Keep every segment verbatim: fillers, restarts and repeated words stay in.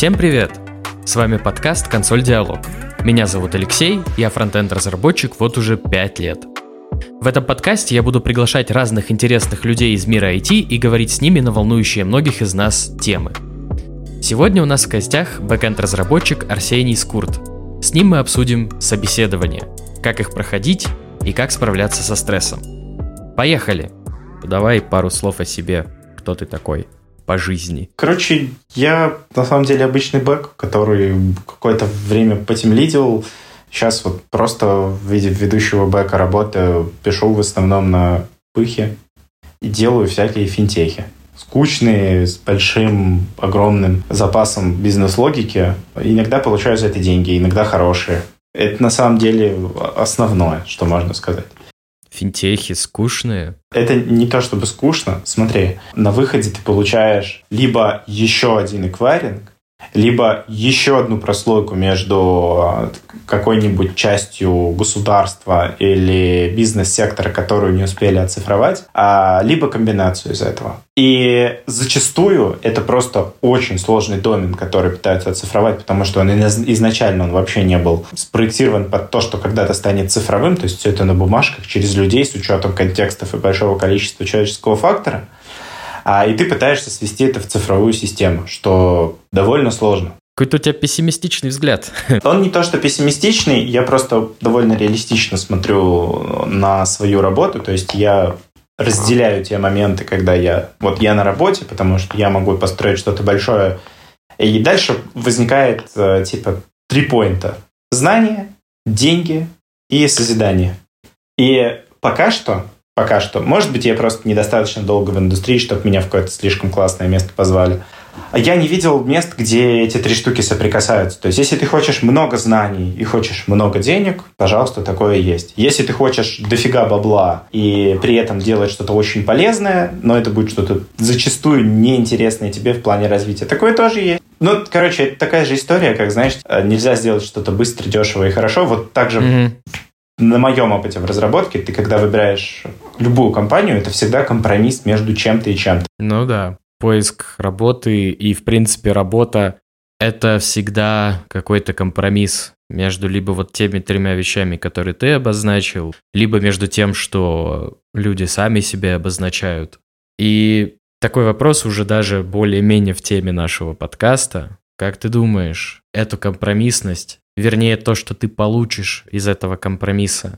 Всем привет! С вами подкаст «Консоль Диалог». Меня зовут Алексей, я фронтенд-разработчик вот уже пять лет. В этом подкасте я буду приглашать разных интересных людей из мира ай ти и говорить с ними на волнующие многих из нас темы. Сегодня у нас в гостях бэкэнд-разработчик Арсений Скурт. С ним мы обсудим собеседования, как их проходить и как справляться со стрессом. Поехали! Давай пару слов о себе. Кто ты такой по жизни? Короче, я на самом деле обычный бэк, который какое-то время потимлидил. Сейчас вот просто в виде ведущего бэка работаю, пишу в основном на пыхе и делаю всякие финтехи. Скучные, с большим, огромным запасом бизнес-логики. Иногда получаю за это деньги, иногда хорошие. Это на самом деле основное, что можно сказать. Финтехи скучные? Это не то чтобы скучно. Смотри, на выходе ты получаешь либо еще один эквайринг, либо еще одну прослойку между какой-нибудь частью государства или бизнес-сектора, которую не успели оцифровать, либо комбинацию из этого. И зачастую это просто очень сложный домен, который пытаются оцифровать, потому что он изначально он вообще не был спроектирован под то, что когда-то станет цифровым, то есть все это на бумажках, через людей, с учетом контекстов и большого количества человеческого фактора. А, и ты пытаешься свести это в цифровую систему, что довольно сложно. Какой-то у тебя пессимистичный взгляд. Он не то, что пессимистичный, я просто довольно реалистично смотрю на свою работу. То есть я разделяю те моменты, когда я... Вот я на работе, потому что я могу построить что-то большое. И дальше возникает типа три поинта. Знания, деньги и созидание. И пока что... Пока что. Может быть, я просто недостаточно долго в индустрии, чтобы меня в какое-то слишком классное место позвали. Я не видел мест, где эти три штуки соприкасаются. То есть, если ты хочешь много знаний и хочешь много денег, пожалуйста, такое есть. Если ты хочешь дофига бабла и при этом делать что-то очень полезное, но это будет что-то зачастую неинтересное тебе в плане развития, такое тоже есть. Ну, короче, это такая же история, как, знаешь, нельзя сделать что-то быстро, дешево и хорошо. Вот так же... Mm-hmm. На моем опыте в разработке, ты когда выбираешь любую компанию, это всегда компромисс между чем-то и чем-то. Ну да, поиск работы и, в принципе, работа – это всегда какой-то компромисс между либо вот теми тремя вещами, которые ты обозначил, либо между тем, что люди сами себе обозначают. И такой вопрос уже даже более-менее в теме нашего подкаста. Как ты думаешь, эту компромиссность, вернее, то, что ты получишь из этого компромисса,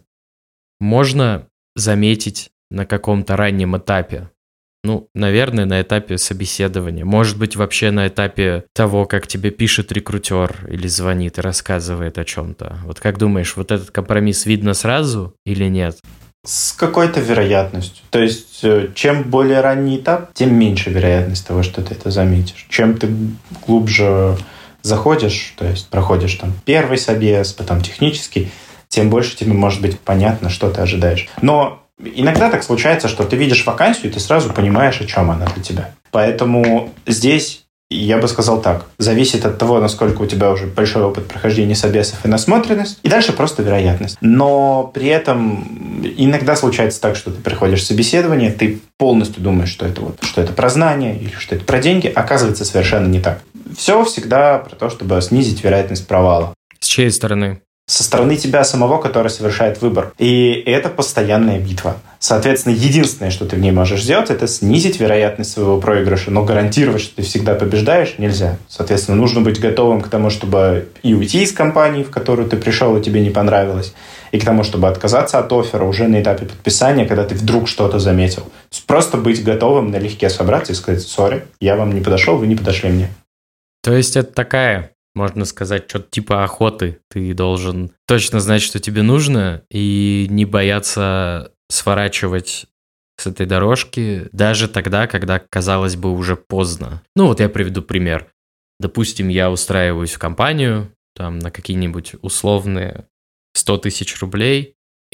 можно заметить на каком-то раннем этапе? Ну, наверное, на этапе собеседования. Может быть, вообще на этапе того, как тебе пишет рекрутер или звонит и рассказывает о чем-то. Вот как думаешь, вот этот компромисс видно сразу или нет? С какой-то вероятностью. То есть, чем более ранний этап, тем меньше вероятность того, что ты это заметишь. Чем ты глубже заходишь, то есть проходишь там первый собес, потом технический, тем больше тебе может быть понятно, что ты ожидаешь. Но иногда так случается, что ты видишь вакансию, и ты сразу понимаешь, о чем она для тебя. Поэтому здесь, я бы сказал так, зависит от того, насколько у тебя уже большой опыт прохождения собесов и насмотренность, и дальше просто вероятность. Но при этом иногда случается так, что ты приходишь в собеседование, ты полностью думаешь, что это, вот, что это про знания или что это про деньги, оказывается совершенно не так. Все всегда про то, чтобы снизить вероятность провала. С чьей стороны? Со стороны тебя самого, который совершает выбор. И это постоянная битва. Соответственно, единственное, что ты в ней можешь сделать, это снизить вероятность своего проигрыша, но гарантировать, что ты всегда побеждаешь, нельзя. Соответственно, нужно быть готовым к тому, чтобы и уйти из компании, в которую ты пришел, и тебе не понравилось, и к тому, чтобы отказаться от оффера уже на этапе подписания, когда ты вдруг что-то заметил. То есть просто быть готовым налегке собраться и сказать: «Сори, я вам не подошел, вы не подошли мне». То есть это такая... Можно сказать, что-то типа охоты. Ты должен точно знать, что тебе нужно, и не бояться сворачивать с этой дорожки даже тогда, когда, казалось бы, уже поздно. Ну вот я приведу пример. Допустим, я устраиваюсь в компанию там на какие-нибудь условные сто тысяч рублей,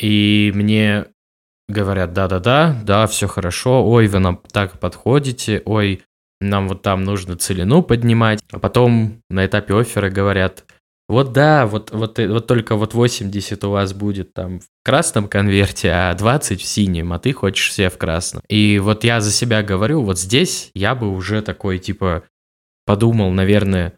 и мне говорят: да-да-да, да, все хорошо, ой, вы нам так подходите, ой, нам вот там нужно целину поднимать, а потом на этапе оффера говорят: вот да, вот, вот, вот только вот восемьдесят у вас будет там в красном конверте, а двадцать в синем, а ты хочешь все в красном. И вот я за себя говорю, вот здесь я бы уже такой типа подумал, наверное,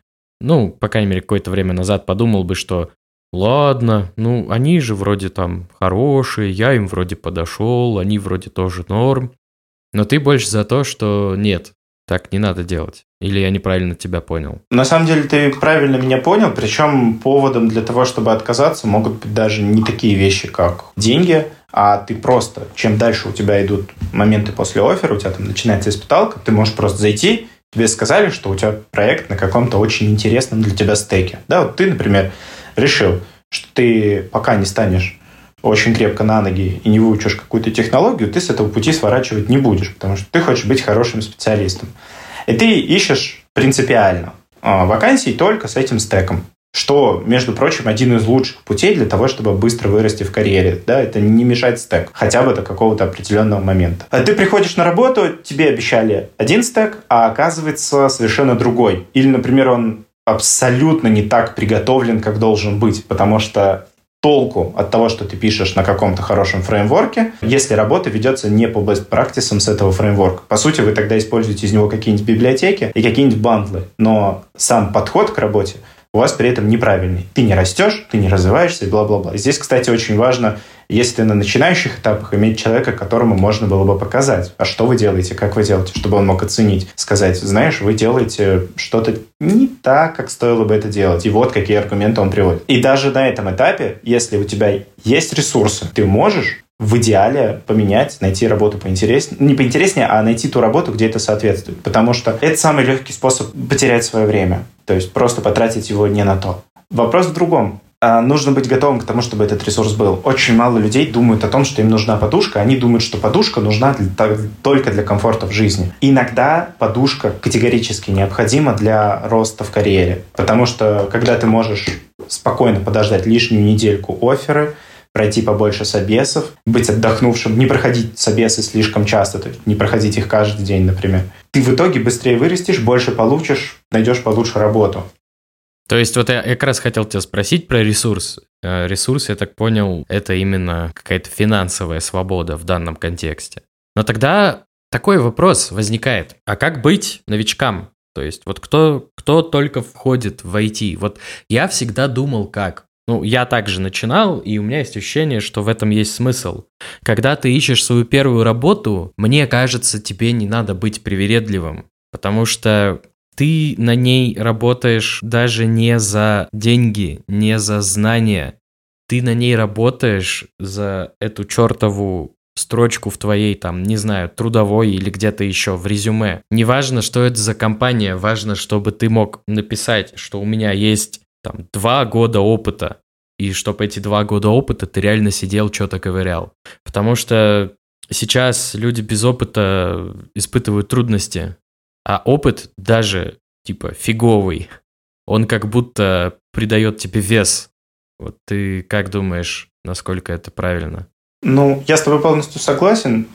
ну, по крайней мере, какое-то время назад подумал бы, что ладно, ну, они же вроде там хорошие, я им вроде подошел, они вроде тоже норм. Но ты больше за то, что нет, так не надо делать. Или я неправильно тебя понял? На самом деле ты правильно меня понял, причем поводом для того, чтобы отказаться, могут быть даже не такие вещи, как деньги, а ты просто, чем дальше у тебя идут моменты после оффера, у тебя там начинается испыталка, ты можешь просто зайти, тебе сказали, что у тебя проект на каком-то очень интересном для тебя стеке. Да, вот ты, например, решил, что ты пока не станешь очень крепко на ноги и не выучишь какую-то технологию, ты с этого пути сворачивать не будешь, потому что ты хочешь быть хорошим специалистом. И ты ищешь принципиально вакансии только с этим стеком, что, между прочим, один из лучших путей для того, чтобы быстро вырасти в карьере. Да, это не мешать стек, хотя бы до какого-то определенного момента. А ты приходишь на работу, тебе обещали один стек, а оказывается совершенно другой. Или, например, он абсолютно не так приготовлен, как должен быть, потому что толку от того, что ты пишешь на каком-то хорошем фреймворке, если работа ведется не по best practices с этого фреймворка. По сути, вы тогда используете из него какие-нибудь библиотеки и какие-нибудь бандлы, но сам подход к работе у вас при этом неправильный. Ты не растешь, ты не развиваешься и бла-бла-бла. Здесь, кстати, очень важно, если ты на начинающих этапах, иметь человека, которому можно было бы показать, а что вы делаете, как вы делаете, чтобы он мог оценить, сказать, знаешь, вы делаете что-то не так, как стоило бы это делать. И вот какие аргументы он приводит. И даже на этом этапе, если у тебя есть ресурсы, ты можешь в идеале поменять, найти работу поинтереснее. Не поинтереснее, а найти ту работу, где это соответствует. Потому что это самый легкий способ потерять свое время. То есть просто потратить его не на то. Вопрос в другом. Нужно быть готовым к тому, чтобы этот ресурс был. Очень мало людей думают о том, что им нужна подушка. Они думают, что подушка нужна для, только для комфорта в жизни. Иногда подушка категорически необходима для роста в карьере. Потому что когда ты можешь спокойно подождать лишнюю недельку офферы, пройти побольше собесов, быть отдохнувшим, не проходить собесы слишком часто, то есть не проходить их каждый день, например. Ты в итоге быстрее вырастешь, больше получишь, найдешь получше работу. То есть вот я как раз хотел тебя спросить про ресурс. Ресурс, я так понял, это именно какая-то финансовая свобода в данном контексте. Но тогда такой вопрос возникает. А как быть новичкам? То есть вот кто, кто только входит в ай ти? Вот я всегда думал как. Ну, я также начинал, и у меня есть ощущение, что в этом есть смысл. Когда ты ищешь свою первую работу, мне кажется, тебе не надо быть привередливым, потому что ты на ней работаешь даже не за деньги, не за знания. Ты на ней работаешь за эту чертову строчку в твоей, там, не знаю, трудовой или где-то еще в резюме. Неважно, что это за компания, важно, чтобы ты мог написать, что у меня есть там два года опыта, и чтобы эти два года опыта ты реально сидел, что-то ковырял. Потому что сейчас люди без опыта испытывают трудности, а опыт даже, типа, фиговый, он как будто придает тебе вес. Вот ты как думаешь, насколько это правильно? Ну, я с тобой полностью согласен,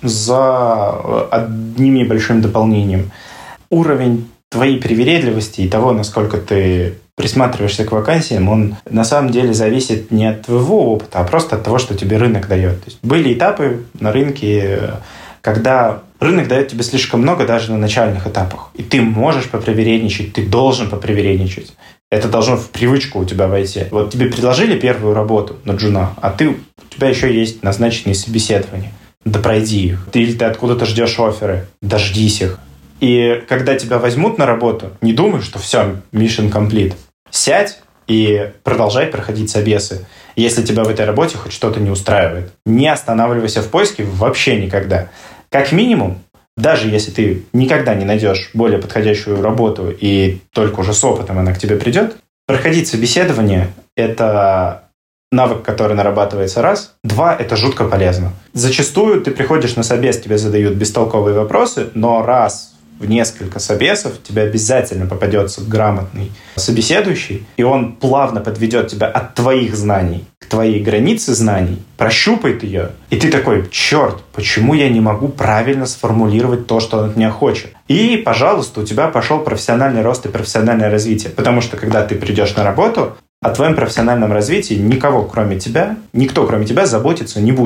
за одним небольшим дополнением. Уровень твоей привередливости и того, насколько ты присматриваешься к вакансиям, он на самом деле зависит не от твоего опыта, а просто от того, что тебе рынок дает. То есть были этапы на рынке, когда рынок дает тебе слишком много даже на начальных этапах. И ты можешь попривередничать, ты должен попривередничать. Это должно в привычку у тебя войти. Вот тебе предложили первую работу на джуна, а ты, у тебя еще есть назначенные собеседования. Да пройди их. Или ты откуда-то ждешь офферы, дождись их. И когда тебя возьмут на работу, не думай, что все, mission complete. Сядь и продолжай проходить собесы, если тебя в этой работе хоть что-то не устраивает. Не останавливайся в поиске вообще никогда. Как минимум, даже если ты никогда не найдешь более подходящую работу и только уже с опытом она к тебе придет, проходить собеседование – это навык, который нарабатывается раз. Два – это жутко полезно. Зачастую ты приходишь на собес, тебе задают бестолковые вопросы, но раз в несколько собесов тебе обязательно попадется грамотный собеседующий, и он плавно подведет тебя от твоих знаний к твоей границе знаний, прощупает ее, и ты такой: черт, почему я не могу правильно сформулировать то, что он от меня хочет? И, пожалуйста, у тебя пошел профессиональный рост и профессиональное развитие, потому что когда ты придешь на работу, о твоем профессиональном развитии никого, кроме тебя, никто, кроме тебя, заботиться не будет.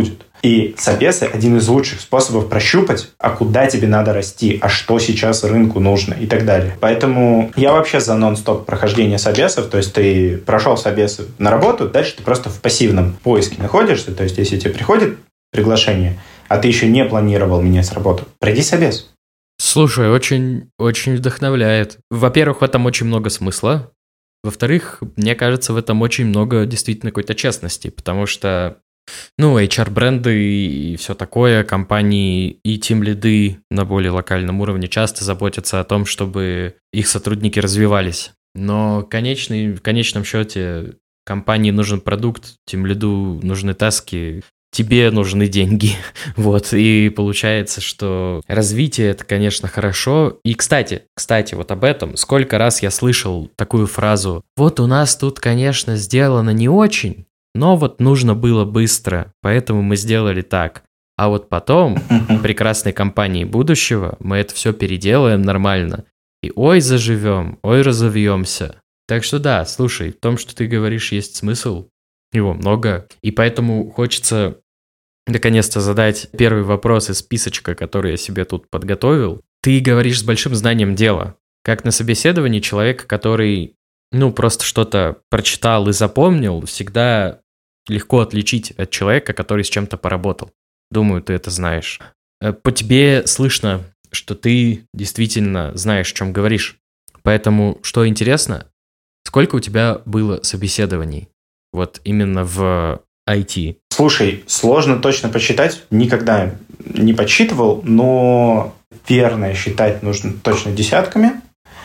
И собесы – один из лучших способов прощупать, а куда тебе надо расти, а что сейчас рынку нужно и так далее. Поэтому я вообще за нон-стоп прохождение собесов. То есть ты прошел собесы на работу, дальше ты просто в пассивном поиске находишься. То есть если тебе приходит приглашение, а ты еще не планировал менять работу, пройди собес. Слушай, очень, очень вдохновляет. Во-первых, в этом очень много смысла. Во-вторых, мне кажется, в этом очень много действительно какой-то честности, потому что, ну, эйч ар-бренды и все такое, компании и тимлиды на более локальном уровне часто заботятся о том, чтобы их сотрудники развивались. Но конечный, в конечном счете компании нужен продукт, тимлиду нужны таски, тебе нужны деньги. Вот, и получается, что развитие – это, конечно, хорошо. И, кстати, кстати, вот об этом, сколько раз я слышал такую фразу: вот у нас тут, конечно, сделано не очень, но вот нужно было быстро, поэтому мы сделали так. А вот потом в прекрасной компании будущего мы это все переделаем нормально. И ой, заживем, ой, разовьемся. Так что да, слушай, в том, что ты говоришь, есть смысл. Его много. И поэтому хочется наконец-то задать первый вопрос из списочка, который я себе тут подготовил. Ты говоришь с большим знанием дела. Как на собеседовании человек, который, ну, просто что-то прочитал и запомнил, всегда легко отличить от человека, который с чем-то поработал. Думаю, ты это знаешь. По тебе слышно, что ты действительно знаешь, о чем говоришь. Поэтому, что интересно, сколько у тебя было собеседований? Вот именно в ай ти. Слушай, сложно точно посчитать. Никогда не подсчитывал, но верно считать нужно точно десятками.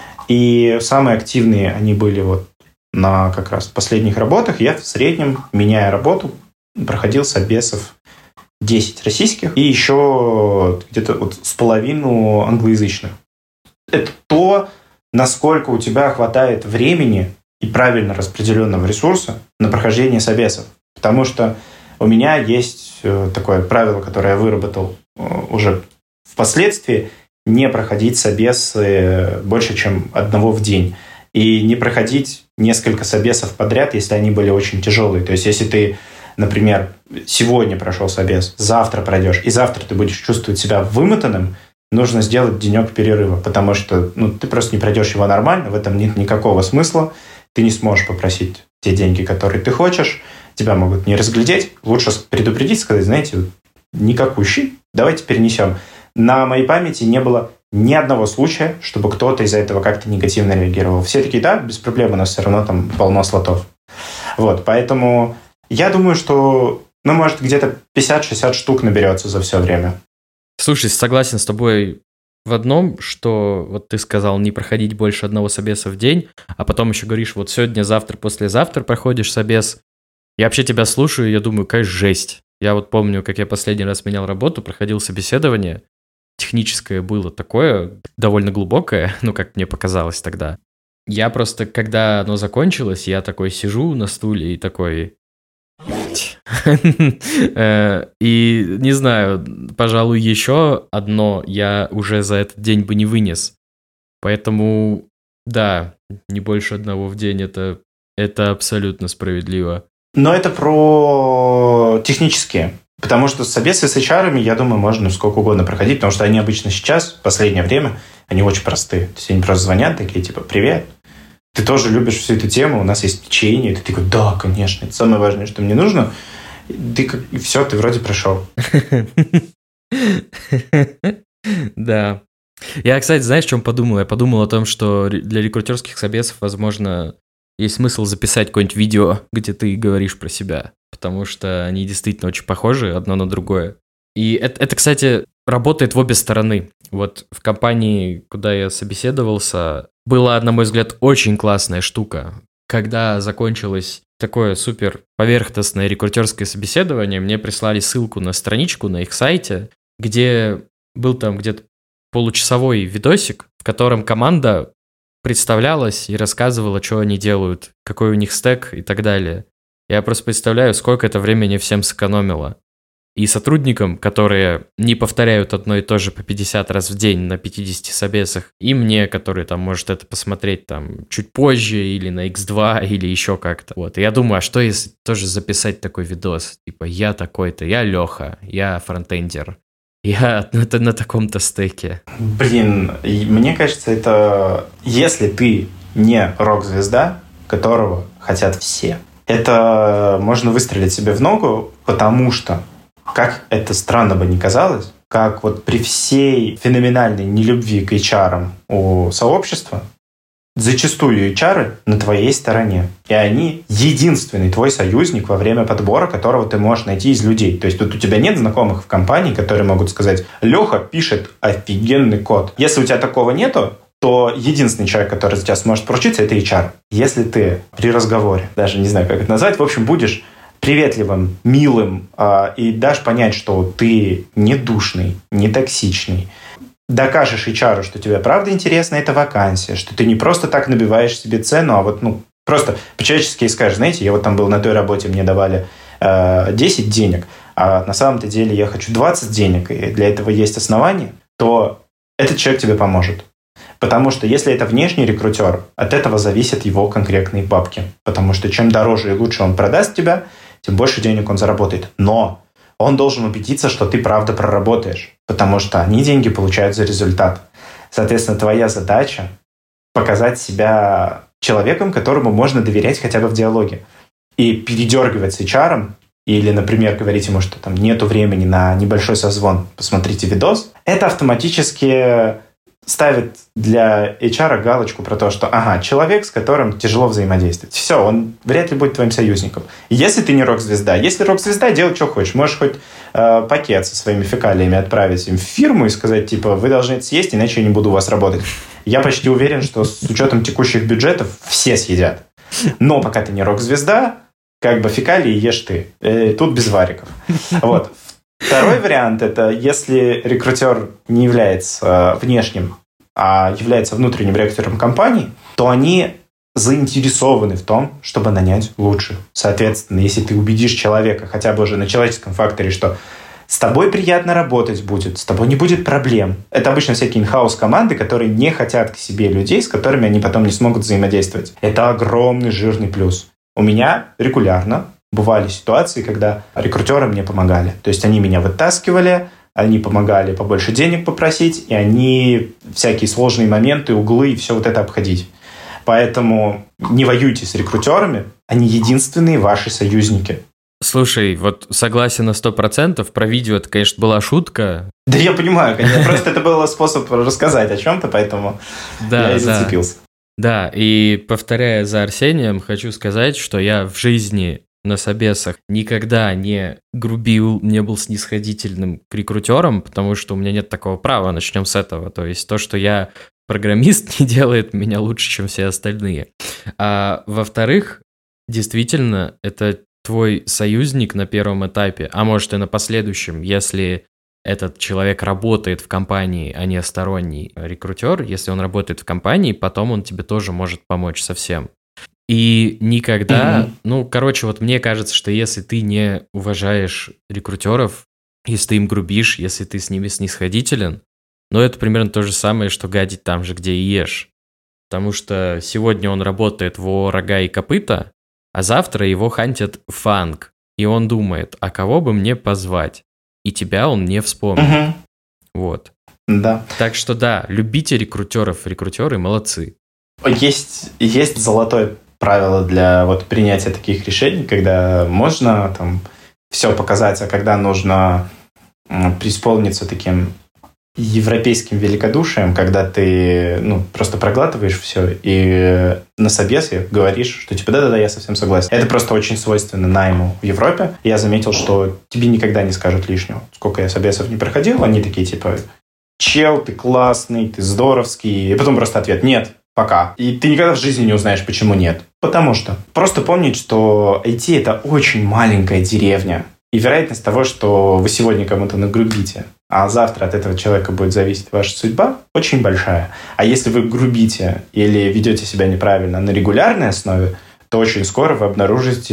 И самые активные они были вот на как раз последних работах. Я в среднем, меняя работу, проходил собесов десять российских и еще где-то вот с половину англоязычных. Это то, насколько у тебя хватает времени и правильно распределенного ресурса на прохождение собесов. Потому что у меня есть такое правило, которое я выработал уже впоследствии: не проходить собесы больше, чем одного в день. И не проходить несколько собесов подряд, если они были очень тяжелые. То есть, если ты, например, сегодня прошел собес, завтра пройдешь, и завтра ты будешь чувствовать себя вымотанным, нужно сделать денек перерыва, потому что ну, ты просто не пройдешь его нормально, в этом нет никакого смысла. Ты не сможешь попросить те деньги, которые ты хочешь, тебя могут не разглядеть. Лучше предупредить, сказать: знаете, никакущий, давайте перенесем. На моей памяти не было ни одного случая, чтобы кто-то из-за этого как-то негативно реагировал. Все такие: да, без проблем, у нас все равно там полно слотов. Вот, поэтому я думаю, что, ну, может, где-то пятьдесят-шестьдесят штук наберется за все время. Слушай, согласен с тобой в одном, что вот ты сказал не проходить больше одного собеса в день, а потом еще говоришь: вот сегодня, завтра, послезавтра проходишь собес. Я вообще тебя слушаю, и я думаю, какая жесть. Я вот помню, как я последний раз менял работу, проходил собеседование. Техническое было такое, довольно глубокое, ну, как мне показалось тогда. Я просто, когда оно закончилось, я такой сижу на стуле и такой... И, не знаю, пожалуй, еще одно я уже за этот день бы не вынес. Поэтому, да, не больше одного в день, это, это абсолютно справедливо. Но это про технические. Потому что собесы с эйч ар-ами, я думаю, можно сколько угодно проходить, потому что они обычно сейчас, в последнее время, они очень простые. То есть они просто звонят, такие типа: привет, ты тоже любишь всю эту тему, у нас есть печенье. И ты такой: да, конечно, это самое важное, что мне нужно. Ты как... И все, ты вроде прошел. Да. Я, кстати, знаешь, о чем подумал? Я подумал о том, что для рекрутерских собесов, возможно, есть смысл записать какое-нибудь видео, где ты говоришь про себя, потому что они действительно очень похожи одно на другое. И это, это, кстати, работает в обе стороны. Вот в компании, куда я собеседовался, была, на мой взгляд, очень классная штука. Когда закончилось такое супер поверхностное рекрутерское собеседование, мне прислали ссылку на страничку на их сайте, где был там где-то получасовой видосик, в котором команда представлялась и рассказывала, что они делают, какой у них стэк и так далее. Я просто представляю, сколько это времени всем сэкономило. И сотрудникам, которые не повторяют одно и то же по пятьдесят раз в день на пятидесяти собесах, и мне, который там может это посмотреть там чуть позже или на икс два или еще как-то. Вот. И я думаю, а что если тоже записать такой видос? Типа, я такой-то, я Леха, я фронтендер, я на, на таком-то стеке. Блин, мне кажется, это... Если ты не рок-звезда, которого хотят все, это можно выстрелить себе в ногу, потому что, как это странно бы ни казалось, как вот при всей феноменальной нелюбви к эйч ар у сообщества, зачастую эйч ар на твоей стороне. И они единственный твой союзник во время подбора, которого ты можешь найти из людей. То есть тут у тебя нет знакомых в компании, которые могут сказать: «Леха пишет офигенный код». Если у тебя такого нету, то единственный человек, который за тебя сможет поручиться, это эйч ар. Если ты при разговоре, даже не знаю, как это назвать, в общем, будешь приветливым, милым э, и дашь понять, что ты не душный, не токсичный, докажешь эйч ар, что тебе правда интересна эта вакансия, что ты не просто так набиваешь себе цену, а вот ну просто по-человечески скажешь: знаете, я вот там был на той работе, мне давали э, десять денег, а на самом-то деле я хочу двадцать денег, и для этого есть основания, то этот человек тебе поможет. Потому что если это внешний рекрутер, от этого зависят его конкретные бабки. Потому что чем дороже и лучше он продаст тебя, тем больше денег он заработает. Но он должен убедиться, что ты правда проработаешь. Потому что они деньги получают за результат. Соответственно, твоя задача показать себя человеком, которому можно доверять хотя бы в диалоге. И передергивать с эйч ар, или, например, говорить ему, что там нету времени на небольшой созвон, посмотрите видос, это автоматически ставит для эйч ар галочку про то, что ага, человек, с которым тяжело взаимодействовать. Все, он вряд ли будет твоим союзником. Если ты не рок-звезда, если рок-звезда, делай, что хочешь. Можешь хоть э, пакет со своими фекалиями отправить им в фирму и сказать, типа, вы должны это съесть, иначе я не буду у вас работать. Я почти уверен, что с учетом текущих бюджетов все съедят. Но пока ты не рок-звезда, как бы фекалии ешь ты. Э, тут без вариков. Вот. Второй вариант – это если рекрутер не является внешним, а является внутренним рекрутером компании, то они заинтересованы в том, чтобы нанять лучших. Соответственно, если ты убедишь человека хотя бы уже на человеческом факторе, что с тобой приятно работать будет, с тобой не будет проблем. Это обычно всякие инхаус команды, которые не хотят к себе людей, с которыми они потом не смогут взаимодействовать. Это огромный жирный плюс. У меня регулярно бывали ситуации, когда рекрутеры мне помогали. То есть они меня вытаскивали, они помогали побольше денег попросить, и они всякие сложные моменты, углы и все вот это обходить. Поэтому не воюйте с рекрутерами, они единственные ваши союзники. Слушай, вот согласен на сто процентов, про видео это, конечно, была шутка. Да я понимаю, конечно, просто это был способ рассказать о чем-то, поэтому я и зацепился. Да, и повторяя за Арсением, хочу сказать, что я в жизни на собесах никогда не грубил, не был снисходительным к рекрутерам, потому что у меня нет такого права, начнем с этого. То есть то, что я программист, не делает меня лучше, чем все остальные. А во-вторых, действительно, это твой союзник на первом этапе, а может и на последующем, если этот человек работает в компании, а не сторонний рекрутер, если он работает в компании, потом он тебе тоже может помочь совсем. И никогда, mm-hmm. ну, короче, вот мне кажется, что если ты не уважаешь рекрутеров, если ты им грубишь, если ты с ними снисходителен, ну, это примерно то же самое, что гадить там же, где и ешь. Потому что сегодня он работает в ООО «Рога и копыта», а завтра его хантят фанк. И он думает, а кого бы мне позвать? И тебя он не вспомнит. Mm-hmm. Вот. Да. Так что да, любите рекрутеров, рекрутеры молодцы. Есть, есть золотое правило для вот принятия таких решений, когда можно там все показать, а когда нужно преисполниться таким европейским великодушием, когда ты ну, просто проглатываешь все и на собесе говоришь, что типа да-да-да, я совсем согласен. Это просто очень свойственно найму в Европе. Я заметил, что тебе никогда не скажут лишнего. Сколько я собесов не проходил, они такие типа чел, ты классный, ты здоровский. И потом просто ответ нет. Пока. И ты никогда в жизни не узнаешь, почему нет. Потому что. Просто помнить, что ай ти – это очень маленькая деревня. И вероятность того, что вы сегодня кому-то нагрубите, а завтра от этого человека будет зависеть ваша судьба, очень большая. А если вы грубите или ведете себя неправильно на регулярной основе, то очень скоро вы обнаружите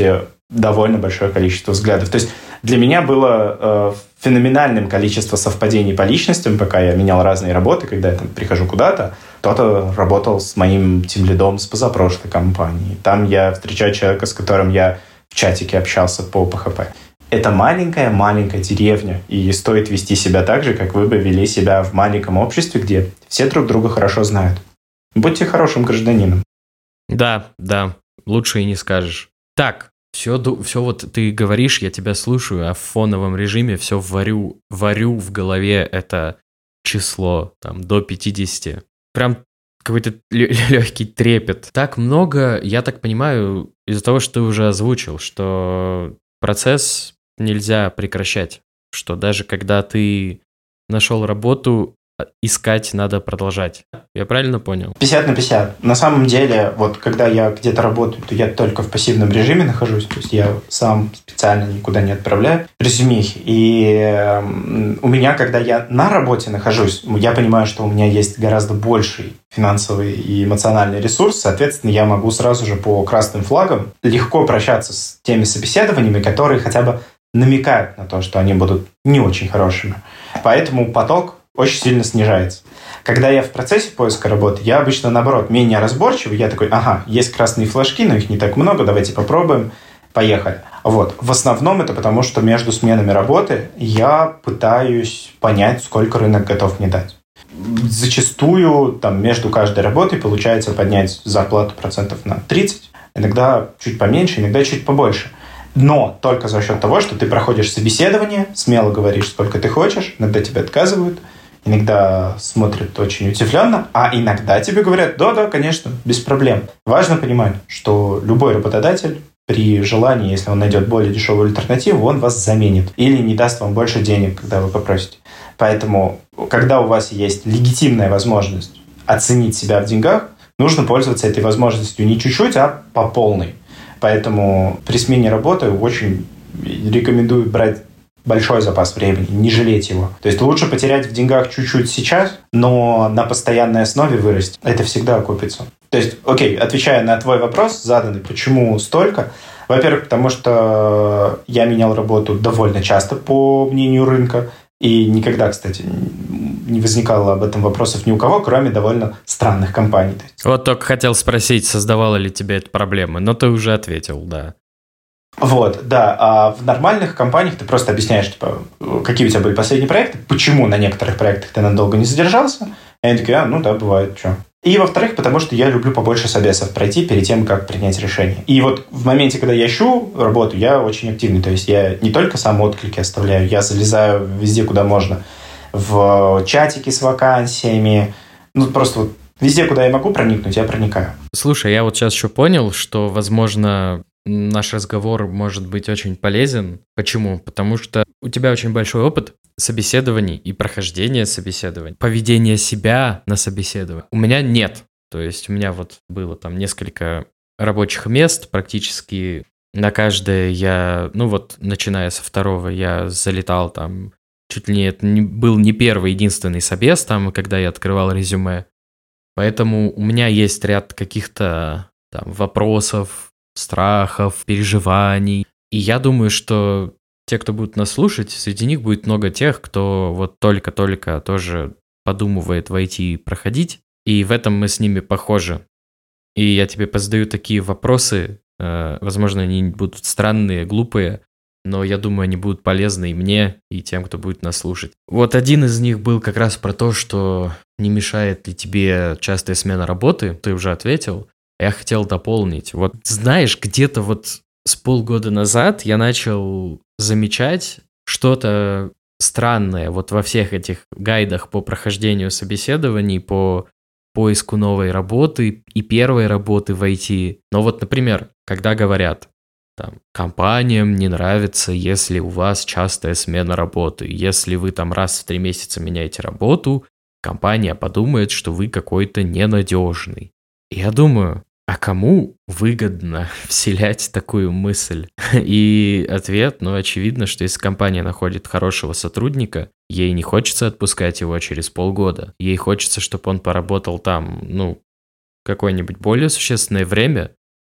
довольно большое количество взглядов. То есть для меня было э, феноменальным количество совпадений по личностям, пока я менял разные работы, когда я там прихожу куда-то. Кто-то работал с моим тимлидом с позапрошлой компании. Там я встречаю человека, с которым я в чатике общался по пэ хэ пэ. Это маленькая-маленькая деревня, и стоит вести себя так же, как вы бы вели себя в маленьком обществе, где все друг друга хорошо знают. Будьте хорошим гражданином. Да, да, лучше и не скажешь. Так, все, все вот ты говоришь, я тебя слушаю, а в фоновом режиме все варю, варю в голове это число, там, до пятидесяти. Прям какой-то легкий трепет. Так много, я так понимаю, из-за того, что ты уже озвучил, что процесс нельзя прекращать, что даже когда ты нашел работу, искать надо продолжать. Я правильно понял? пятьдесят на пятьдесят. На самом деле, вот когда я где-то работаю, то я только в пассивном режиме нахожусь, то есть я сам специально никуда не отправляю резюмехи. И э, у меня, когда я на работе нахожусь, я понимаю, что у меня есть гораздо больший финансовый и эмоциональный ресурс, соответственно, я могу сразу же по красным флагам легко прощаться с теми собеседованиями, которые хотя бы намекают на то, что они будут не очень хорошими. Поэтому поток очень сильно снижается. Когда я в процессе поиска работы, я обычно, наоборот, менее разборчивый. Я такой, ага, есть красные флажки, но их не так много, давайте попробуем, поехали. Вот. В основном это потому, что между сменами работы я пытаюсь понять, сколько рынок готов мне дать. Зачастую там, между каждой работой получается поднять зарплату процентов на тридцать, иногда чуть поменьше, иногда чуть побольше. Но только за счет того, что ты проходишь собеседование, смело говоришь, сколько ты хочешь, иногда тебе отказывают, иногда смотрят очень удивленно, а иногда тебе говорят, да-да, конечно, без проблем. Важно понимать, что любой работодатель при желании, если он найдет более дешевую альтернативу, он вас заменит или не даст вам больше денег, когда вы попросите. Поэтому, когда у вас есть легитимная возможность оценить себя в деньгах, нужно пользоваться этой возможностью не чуть-чуть, а по полной. Поэтому при смене работы очень рекомендую брать большой запас времени, не жалеть его. То есть лучше потерять в деньгах чуть-чуть сейчас, но на постоянной основе вырасти. Это всегда окупится. То есть, окей, отвечая на твой вопрос, заданный, почему столько? Во-первых, потому что я менял работу довольно часто, по мнению рынка, и никогда, кстати, не возникало об этом вопросов ни у кого, кроме довольно странных компаний. Вот только хотел спросить, создавала ли тебе это проблемы, но ты уже ответил, да. Вот, да. А в нормальных компаниях ты просто объясняешь, типа, какие у тебя были последние проекты, почему на некоторых проектах ты надолго не задержался. И они такие, а, ну да, бывает, что. И, во-вторых, потому что я люблю побольше собесов пройти перед тем, как принять решение. И вот в моменте, когда я ищу работу, я очень активный. То есть я не только сам отклики оставляю, я залезаю везде, куда можно. В чатики с вакансиями. Ну, просто вот везде, куда я могу проникнуть, я проникаю. Слушай, я вот сейчас еще понял, что, возможно, наш разговор может быть очень полезен. Почему? Потому что у тебя очень большой опыт собеседований и прохождения собеседований, поведения себя на собеседовании. У меня нет. То есть у меня вот было там несколько рабочих мест, практически на каждое я, ну вот начиная со второго, я залетал там, чуть ли не, это не, был не первый, единственный собес там, когда я открывал резюме. Поэтому у меня есть ряд каких-то там вопросов, страхов, переживаний. И я думаю, что те, кто будут нас слушать, среди них будет много тех, кто вот только-только тоже подумывает войти и проходить. И в этом мы с ними похожи. И я тебе позадаю такие вопросы, э, возможно, они будут странные, глупые, но я думаю, они будут полезны и мне, и тем, кто будет нас слушать. Вот один из них был как раз про то, что не мешает ли тебе частая смена работы, ты уже ответил. Я хотел дополнить. Вот знаешь, где-то вот с полгода назад я начал замечать что-то странное вот во всех этих гайдах по прохождению собеседований, по поиску новой работы и первой работы в ай ти. Но вот, например, когда говорят, там, компаниям не нравится, если у вас частая смена работы. Если вы там раз в три месяца меняете работу, компания подумает, что вы какой-то ненадежный. И я думаю, а кому выгодно вселять такую мысль? И ответ, ну, очевидно, что если компания находит хорошего сотрудника, ей не хочется отпускать его через полгода. Ей хочется, чтобы он поработал там, ну, какое-нибудь более существенное время,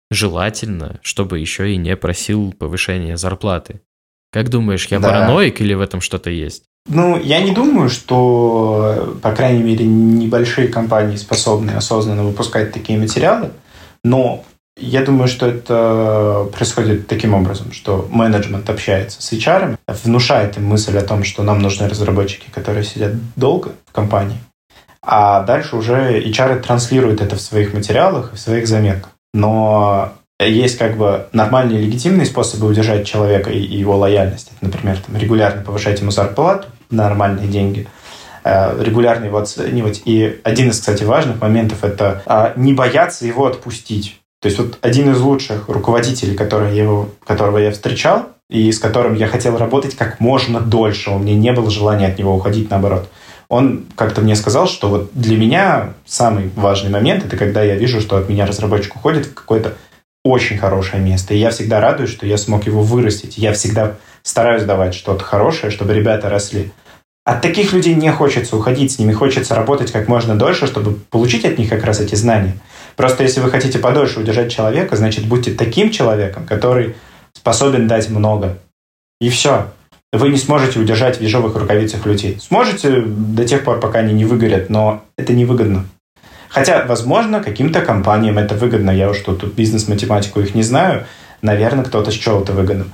желательно, чтобы еще и не просил повышения зарплаты. Как думаешь, я Да. параноик или в этом что-то есть? Ну, я не думаю, что, по крайней мере, небольшие компании способны осознанно выпускать такие материалы, но я думаю, что это происходит таким образом, что менеджмент общается с эйч ар, внушает им мысль о том, что нам нужны разработчики, которые сидят долго в компании, а дальше уже эйч ар транслирует это в своих материалах, в своих заметках. Но есть как бы нормальные легитимные способы удержать человека и его лояльность. Это, например, там, регулярно повышать ему зарплату на нормальные деньги, регулярно его оценивать. И один из, кстати, важных моментов – это не бояться его отпустить. То есть вот один из лучших руководителей, который я его, которого я встречал, и с которым я хотел работать как можно дольше, у меня не было желания от него уходить, наоборот. Он как-то мне сказал, что вот для меня самый важный момент – это когда я вижу, что от меня разработчик уходит в какое-то очень хорошее место. И я всегда радуюсь, что я смог его вырастить. Я всегда стараюсь давать что-то хорошее, чтобы ребята росли. От таких людей не хочется уходить, с ними хочется работать как можно дольше, чтобы получить от них как раз эти знания. Просто если вы хотите подольше удержать человека, значит, будьте таким человеком, который способен дать много. И все. Вы не сможете удержать в ежовых рукавицах людей. Сможете до тех пор, пока они не выгорят, но это невыгодно. Хотя, возможно, каким-то компаниям это выгодно. Я уж тут, тут бизнес-математику их не знаю. Наверное, кто-то счел это выгодным.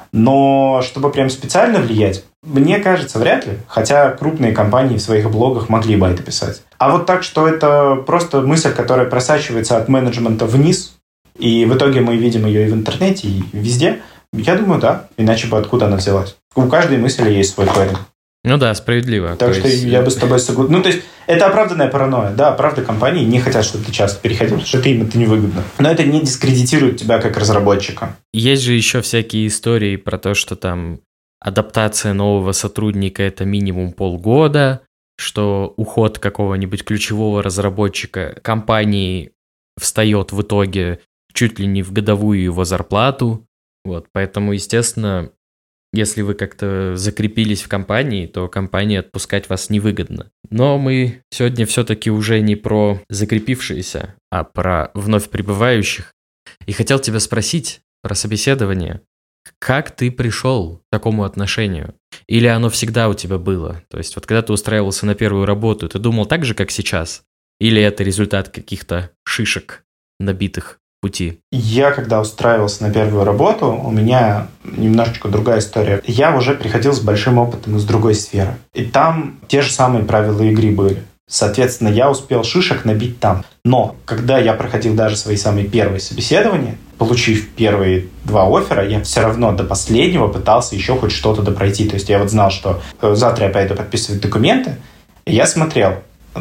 Но чтобы прям специально влиять, мне кажется, вряд ли. Хотя крупные компании в своих блогах могли бы это писать. А вот так, что это просто мысль, которая просачивается от менеджмента вниз, и в итоге мы видим ее и в интернете, и везде, я думаю, да. Иначе бы откуда она взялась? У каждой мысли есть свой корень. Ну да, справедливо. Так то что есть... я бы с тобой согласен. Ну, то есть, это оправданная паранойя. Да, правда, компании не хотят, чтобы ты часто переходил, потому что ты им это невыгодно. Но это не дискредитирует тебя как разработчика. Есть же еще всякие истории про то, что там адаптация нового сотрудника – это минимум полгода, что уход какого-нибудь ключевого разработчика компании встает в итоге чуть ли не в годовую его зарплату. Вот, поэтому, естественно, если вы как-то закрепились в компании, то компании отпускать вас невыгодно. Но мы сегодня все-таки уже не про закрепившиеся, а про вновь прибывающих. И хотел тебя спросить про собеседование. Как ты пришел к такому отношению? Или оно всегда у тебя было? То есть вот когда ты устраивался на первую работу, ты думал так же, как сейчас? Или это результат каких-то шишек, набитых пути? Я, когда устраивался на первую работу, у меня немножечко другая история. Я уже приходил с большим опытом из другой сферы. И там те же самые правила игры были. Соответственно, я успел шишек набить там. Но когда я проходил даже свои самые первые собеседования, получив первые два оффера, я все равно до последнего пытался еще хоть что-то допройти. То есть я вот знал, что завтра я пойду подписывать документы, и я смотрел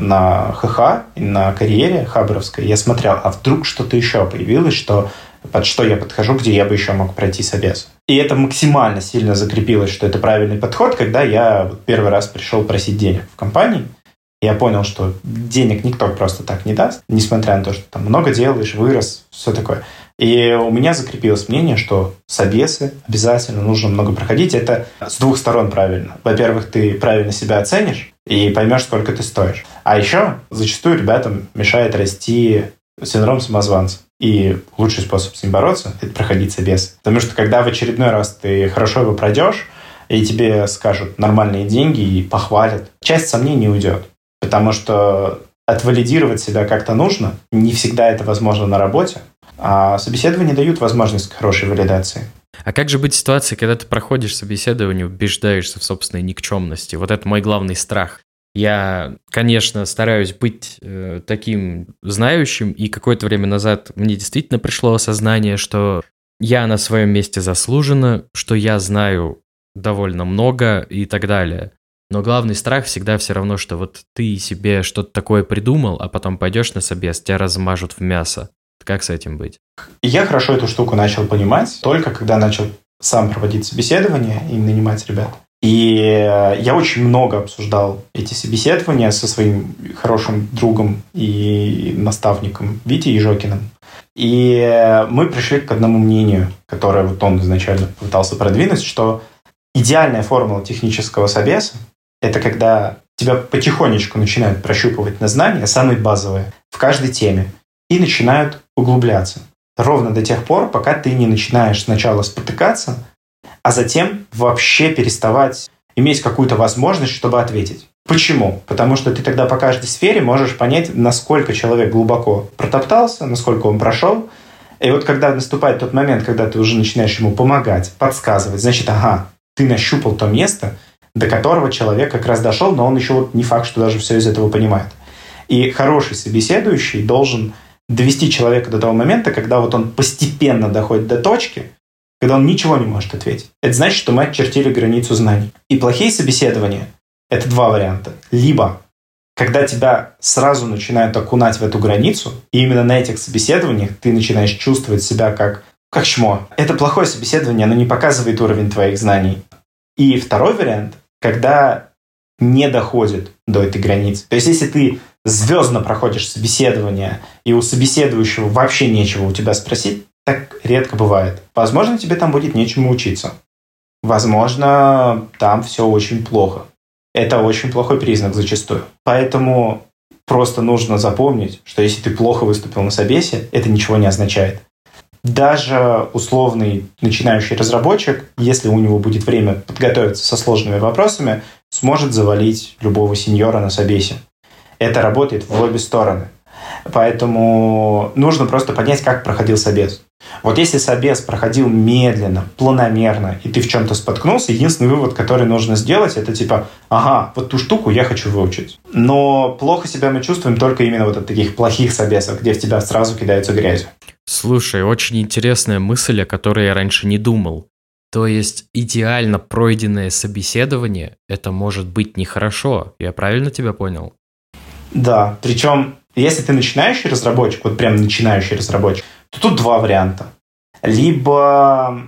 на ХХ и на карьере хабаровской, я смотрел, а вдруг что-то еще появилось, что, под что я подхожу, где я бы еще мог пройти собес. И это максимально сильно закрепилось, что это правильный подход, когда я первый раз пришел просить денег в компании. Я понял, что денег никто просто так не даст, несмотря на то, что там много делаешь, вырос, все такое. И у меня закрепилось мнение, что собесы обязательно нужно много проходить. Это с двух сторон правильно. Во-первых, ты правильно себя оценишь и поймешь, сколько ты стоишь. А еще зачастую ребятам мешает расти синдром самозванца. И лучший способ с ним бороться – это проходить собесы. Потому что когда в очередной раз ты хорошо его пройдешь, и тебе скажут нормальные деньги и похвалят, часть сомнений уйдет. Потому что отвалидировать себя как-то нужно. Не всегда это возможно на работе. А собеседования дают возможность к хорошей валидации. А как же быть в ситуации, когда ты проходишь собеседование, убеждаешься в собственной никчемности? Вот это мой главный страх. Я, конечно, стараюсь быть э, таким знающим, и какое-то время назад мне действительно пришло осознание, что я на своем месте заслуженно, что я знаю довольно много и так далее. Но главный страх всегда все равно, что вот ты себе что-то такое придумал, а потом пойдешь на собес, тебя размажут в мясо. Как с этим быть? Я хорошо эту штуку начал понимать только когда начал сам проводить собеседования и нанимать ребят. И я очень много обсуждал эти собеседования со своим хорошим другом и наставником Витей Ежокиным. И мы пришли к одному мнению, которое вот он изначально пытался продвинуть, что идеальная формула технического собеса – это когда тебя потихонечку начинают прощупывать на знания, самые базовые, в каждой теме, и начинают углубляться. ровно до тех пор, пока ты не начинаешь сначала спотыкаться, а затем вообще переставать иметь какую-то возможность, чтобы ответить. Почему? Потому что ты тогда по каждой сфере можешь понять, насколько человек глубоко протоптался, насколько он прошел. И вот когда наступает тот момент, когда ты уже начинаешь ему помогать, подсказывать, значит, ага, ты нащупал то место, до которого человек как раз дошел, но он еще вот не факт, что даже все из этого понимает. И хороший собеседующий должен довести человека до того момента, когда вот он постепенно доходит до точки, когда он ничего не может ответить. Это значит, что мы очертили границу знаний. И плохие собеседования – это два варианта. Либо когда тебя сразу начинают окунать в эту границу, и именно на этих собеседованиях ты начинаешь чувствовать себя как, как чмо. Это плохое собеседование, оно не показывает уровень твоих знаний. И второй вариант, когда не доходит до этой границы. То есть, если ты звездно проходишь собеседование, и у собеседующего вообще нечего у тебя спросить, так редко бывает. Возможно, тебе там будет нечему учиться. Возможно, там все очень плохо. Это очень плохой признак зачастую. Поэтому просто нужно запомнить, что если ты плохо выступил на собесе, это ничего не означает. Даже условный начинающий разработчик, если у него будет время подготовиться со сложными вопросами, сможет завалить любого сеньора на собесе. Это работает в обе стороны. Поэтому нужно просто понять, как проходил собес. Вот если собес проходил медленно, планомерно, и ты в чем-то споткнулся, единственный вывод, который нужно сделать, это типа, ага, вот ту штуку я хочу выучить. Но плохо себя мы чувствуем только именно вот от таких плохих собесов, где в тебя сразу кидаются грязью. Слушай, очень интересная мысль, о которой я раньше не думал. То есть идеально пройденное собеседование – это может быть нехорошо. Я правильно тебя понял? Да, причем если ты начинающий разработчик, вот прям начинающий разработчик, то тут два варианта. Либо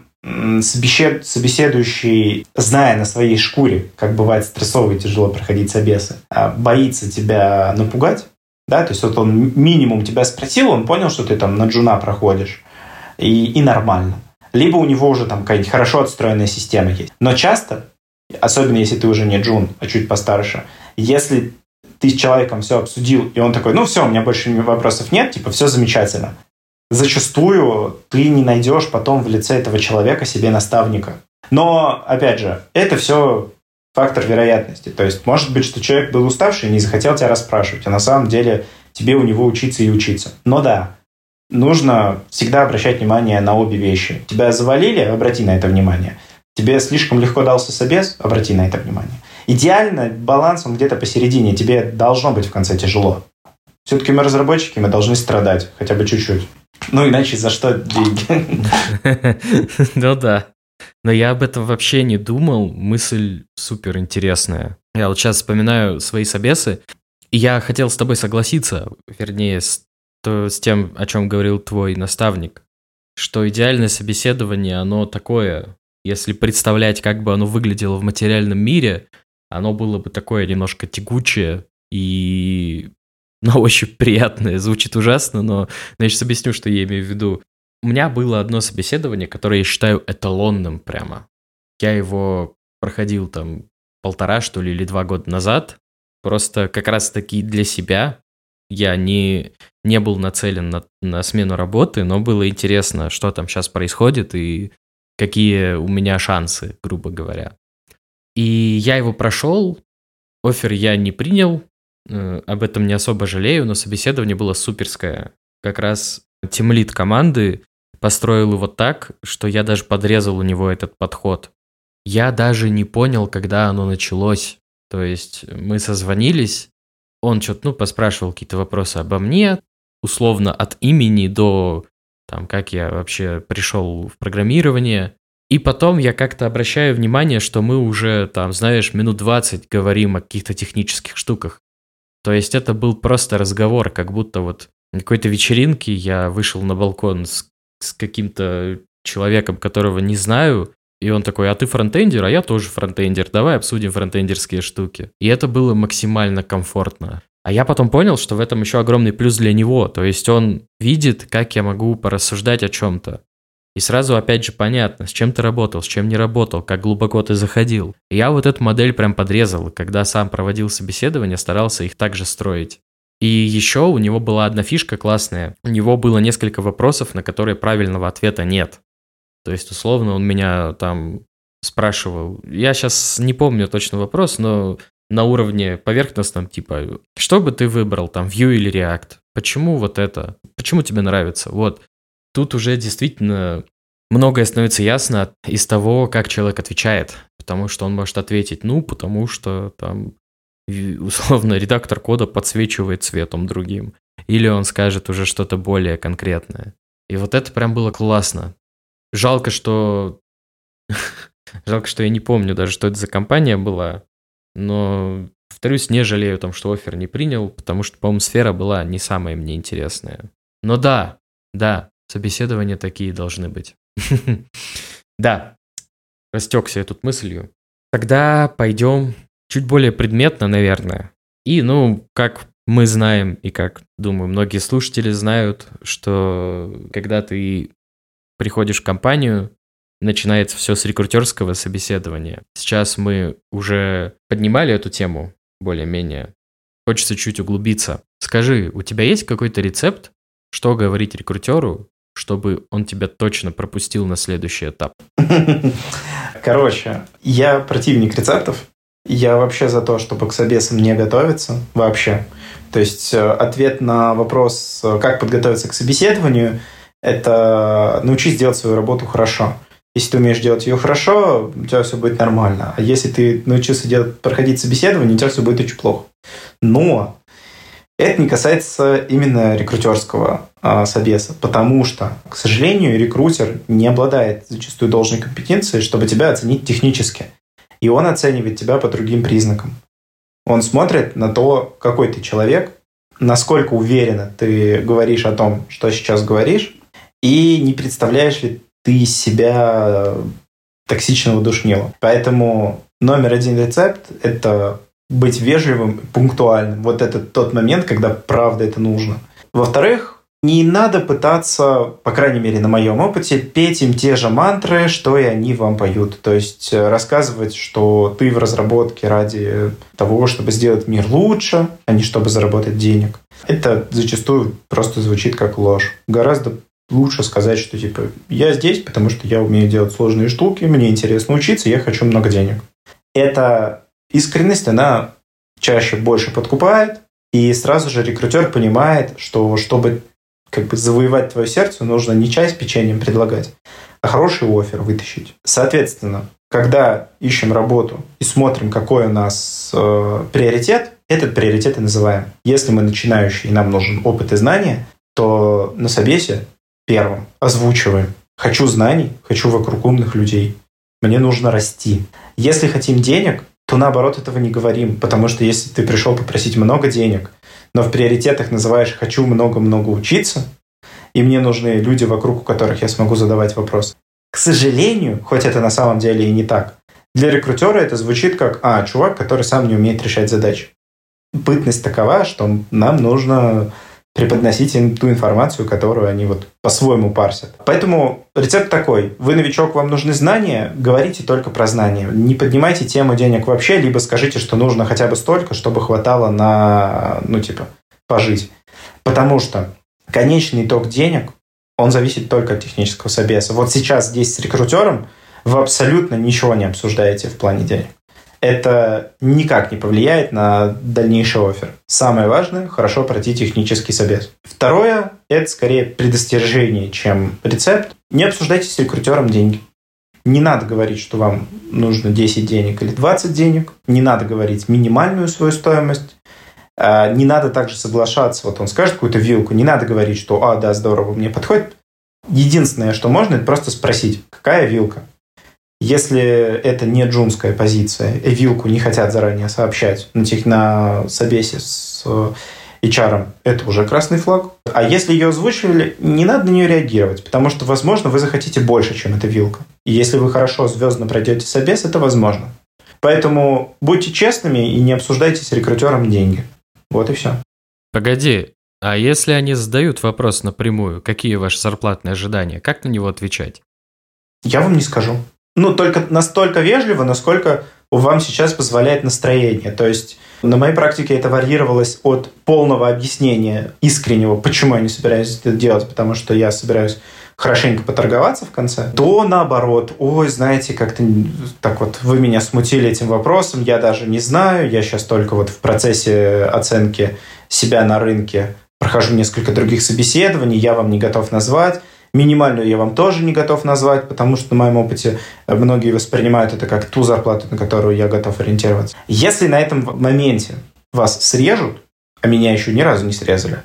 собеседующий, зная на своей шкуре, как бывает стрессово и тяжело проходить собесы, боится тебя напугать, да, то есть вот он минимум тебя спросил, он понял, что ты там на джуна проходишь, и, и нормально. Либо у него уже там какая-нибудь хорошо отстроенная система есть. Но часто, особенно если ты уже не джун, а чуть постарше, если ты с человеком все обсудил, и он такой, ну все, у меня больше вопросов нет, типа все замечательно. Зачастую ты не найдешь потом в лице этого человека себе наставника. Но, опять же, это все фактор вероятности. То есть, может быть, что человек был уставший и не захотел тебя расспрашивать, а на самом деле тебе у него учиться и учиться. Но да, нужно всегда обращать внимание на обе вещи. Тебя завалили, обрати на это внимание. Тебе слишком легко дался собес, обрати на это внимание. Идеально баланс, он где-то посередине. Тебе должно быть в конце тяжело. Все-таки мы разработчики, мы должны страдать, хотя бы чуть-чуть. Ну, иначе за что деньги? Ну да. Но я об этом вообще не думал. Мысль супер интересная. Я вот сейчас вспоминаю свои собесы, и я хотел с тобой согласиться, вернее, с, то, с тем, о чем говорил твой наставник, что идеальное собеседование, оно такое, если представлять, как бы оно выглядело в материальном мире, оно было бы такое немножко тягучее и на ощупь приятное. Звучит ужасно, но я сейчас объясню, что я имею в виду. У меня было одно собеседование, которое я считаю эталонным прямо. Я его проходил там полтора, что ли, или два года назад. Просто как раз-таки для себя. Я не, не был нацелен на, на смену работы, но было интересно, что там сейчас происходит и какие у меня шансы, грубо говоря. И я его прошел, оффер я не принял, э, об этом не особо жалею, но собеседование было суперское. Как раз тимлид команды построил его так, что я даже подрезал у него этот подход. Я даже не понял, когда оно началось. То есть мы созвонились, он что-то, ну, поспрашивал какие-то вопросы обо мне, условно от имени до, там, как я вообще пришел в программирование. И потом я как-то обращаю внимание, что мы уже, там, знаешь, минут двадцать говорим о каких-то технических штуках. То есть это был просто разговор, как будто вот на какой-то вечеринке я вышел на балкон с, с каким-то человеком, которого не знаю, и он такой, а ты фронтендер, а я тоже фронтендер, давай обсудим фронтендерские штуки. И это было максимально комфортно. А я потом понял, что в этом еще огромный плюс для него, то есть он видит, как я могу порассуждать о чем-то. И сразу опять же понятно, с чем ты работал, с чем не работал, как глубоко ты заходил. И я вот эту модель прям подрезал, когда сам проводил собеседование, старался их также строить. И еще у него была одна фишка классная. У него было несколько вопросов, на которые правильного ответа нет. То есть, условно, он меня там спрашивал. Я сейчас не помню точно вопрос, но на уровне поверхностном, типа, что бы ты выбрал, там, Vue или React? Почему вот это? Почему тебе нравится? Вот. Тут уже действительно многое становится ясно из того, как человек отвечает. Потому что он может ответить, ну, потому что там... условно, редактор кода подсвечивает цветом другим. Или он скажет уже что-то более конкретное. И вот это прям было классно. Жалко, что... Жалко, что я не помню даже, что это за компания была. Но, повторюсь, не жалею о том, что оффер не принял, потому что, по-моему, сфера была не самая мне интересная. Но да, да, собеседования такие должны быть. Да, растекся я тут мыслью. Тогда пойдем... чуть более предметно, наверное. И, ну, как мы знаем, и как, думаю, многие слушатели знают, что когда ты приходишь в компанию, начинается все с рекрутерского собеседования. Сейчас мы уже поднимали эту тему более-менее. Хочется чуть углубиться. Скажи, у тебя есть какой-то рецепт, что говорить рекрутеру, чтобы он тебя точно пропустил на следующий этап? Короче, я противник рецептов. Я вообще за то, чтобы к собесам не готовиться вообще. То есть ответ на вопрос, как подготовиться к собеседованию, это научись делать свою работу хорошо. Если ты умеешь делать ее хорошо, у тебя все будет нормально. А если ты научился делать, проходить собеседование, у тебя все будет очень плохо. Но это не касается именно рекрутерского а, собеса, потому что, к сожалению, рекрутер не обладает зачастую должной компетенцией, чтобы тебя оценить технически. И он оценивает тебя по другим признакам. Он смотрит на то, какой ты человек, насколько уверенно ты говоришь о том, что сейчас говоришь, и не представляешь ли ты из себя токсичного душнила. Поэтому номер один рецепт – это быть вежливым и пунктуальным. Вот это тот момент, когда правда это нужно. Во-вторых, не надо пытаться, по крайней мере, на моем опыте, петь им те же мантры, что и они вам поют. То есть рассказывать, что ты в разработке ради того, чтобы сделать мир лучше, а не чтобы заработать денег. Это зачастую просто звучит как ложь. Гораздо лучше сказать, что типа я здесь, потому что я умею делать сложные штуки, мне интересно учиться, я хочу много денег. Эта искренность, она чаще больше подкупает, и сразу же рекрутер понимает, что чтобы как бы завоевать твое сердце, нужно не чай с печеньем предлагать, а хороший оффер вытащить. Соответственно, когда ищем работу и смотрим, какой у нас э, приоритет, этот приоритет и называем. Если мы начинающие и нам нужен опыт и знания, то на собесе первым озвучиваем. Хочу знаний, хочу вокруг умных людей. Мне нужно расти. Если хотим денег, то наоборот этого не говорим, потому что если ты пришел попросить много денег, но в приоритетах называешь «хочу много-много учиться», и мне нужны люди, вокруг у которых я смогу задавать вопросы. К сожалению, хоть это на самом деле и не так, для рекрутера это звучит как «а, чувак, который сам не умеет решать задачи». Бытность такова, что нам нужно преподносить им ту информацию, которую они вот по-своему парсят. Поэтому рецепт такой. Вы новичок, вам нужны знания, говорите только про знания. Не поднимайте тему денег вообще, либо скажите, что нужно хотя бы столько, чтобы хватало на, ну, типа, пожить. Потому что конечный итог денег, он зависит только от технического собеса. Вот сейчас здесь с рекрутером вы абсолютно ничего не обсуждаете в плане денег. Это никак не повлияет на дальнейший оффер. Самое важное – хорошо пройти технический собес. Второе – это скорее предостережение, чем рецепт. Не обсуждайте с рекрутером деньги. Не надо говорить, что вам нужно десять денег или двадцать денег. Не надо говорить минимальную свою стоимость. Не надо также соглашаться. Вот он скажет какую-то вилку. Не надо говорить, что «а, да, здорово, мне подходит». Единственное, что можно, это просто спросить, какая вилка. Если это не джунская позиция, и вилку не хотят заранее сообщать на, тех, на собесе с эйч ар, это уже красный флаг. А если ее озвучивали, не надо на нее реагировать, потому что, возможно, вы захотите больше, чем эта вилка. И если вы хорошо, звездно пройдете собес, это возможно. Поэтому будьте честными и не обсуждайте с рекрутером деньги. Вот и все. Погоди, а если они задают вопрос напрямую, какие ваши зарплатные ожидания, как на него отвечать? Я вам не скажу. Ну, только настолько вежливо, насколько вам сейчас позволяет настроение. То есть на моей практике это варьировалось от полного объяснения искреннего, почему я не собираюсь это делать, потому что я собираюсь хорошенько поторговаться в конце, то наоборот, ой, знаете, как-то так вот вы меня смутили этим вопросом, я даже не знаю, я сейчас только вот в процессе оценки себя на рынке прохожу несколько других собеседований, я вам не готов назвать. Минимальную я вам тоже не готов назвать, потому что на моем опыте многие воспринимают это как ту зарплату, на которую я готов ориентироваться. Если на этом моменте вас срежут, а меня еще ни разу не срезали,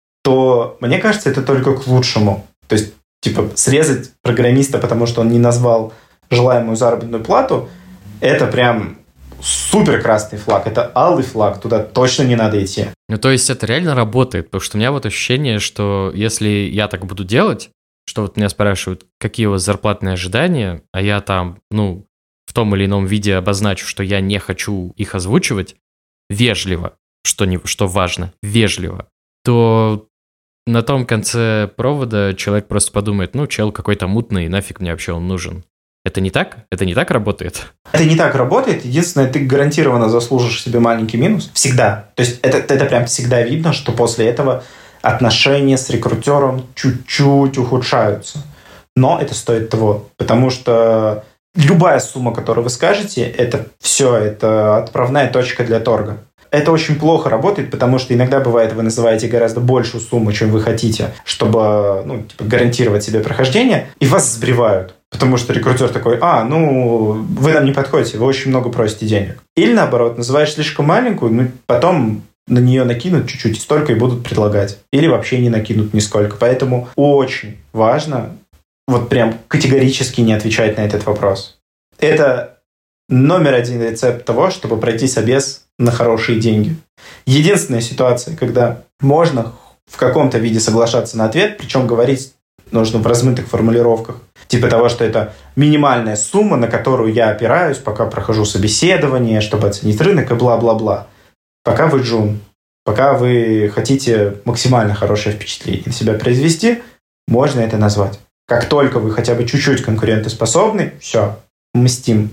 то, мне кажется, это только к лучшему. То есть, типа, срезать программиста, потому что он не назвал желаемую заработную плату, это прям супер красный флаг, это алый флаг, туда точно не надо идти. Ну, то есть это реально работает, потому что у меня вот ощущение, что если я так буду делать, что вот меня спрашивают, какие у вас зарплатные ожидания, а я там, ну, в том или ином виде обозначу, что я не хочу их озвучивать вежливо, что, не, что важно, вежливо, то на том конце провода человек просто подумает, ну, чел какой-то мутный, нафиг мне вообще он нужен. Это не так? Это не так работает? Это не так работает. Единственное, ты гарантированно заслужишь себе маленький минус. Всегда. То есть это, это прям всегда видно, что после этого отношения с рекрутером чуть-чуть ухудшаются. Но это стоит того. Потому что любая сумма, которую вы скажете, это все, это отправная точка для торга. Это очень плохо работает, потому что иногда бывает, вы называете гораздо большую сумму, чем вы хотите, чтобы ну, типа, гарантировать себе прохождение, и вас сбривают. Потому что рекрутер такой, а, ну, вы нам не подходите, вы очень много просите денег. Или наоборот, называешь слишком маленькую, ну, потом на нее накинут чуть-чуть, столько и будут предлагать. Или вообще не накинут нисколько. Поэтому очень важно вот прям категорически не отвечать на этот вопрос. Это номер один рецепт того, чтобы пройти собес на хорошие деньги. Единственная ситуация, когда можно в каком-то виде соглашаться на ответ, причем говорить нужно в размытых формулировках, типа того, что это минимальная сумма, на которую я опираюсь, пока прохожу собеседование, чтобы оценить рынок и бла-бла-бла. Пока вы джун, пока вы хотите максимально хорошее впечатление на себя произвести, можно это назвать. Как только вы хотя бы чуть-чуть конкурентоспособны, все, мстим,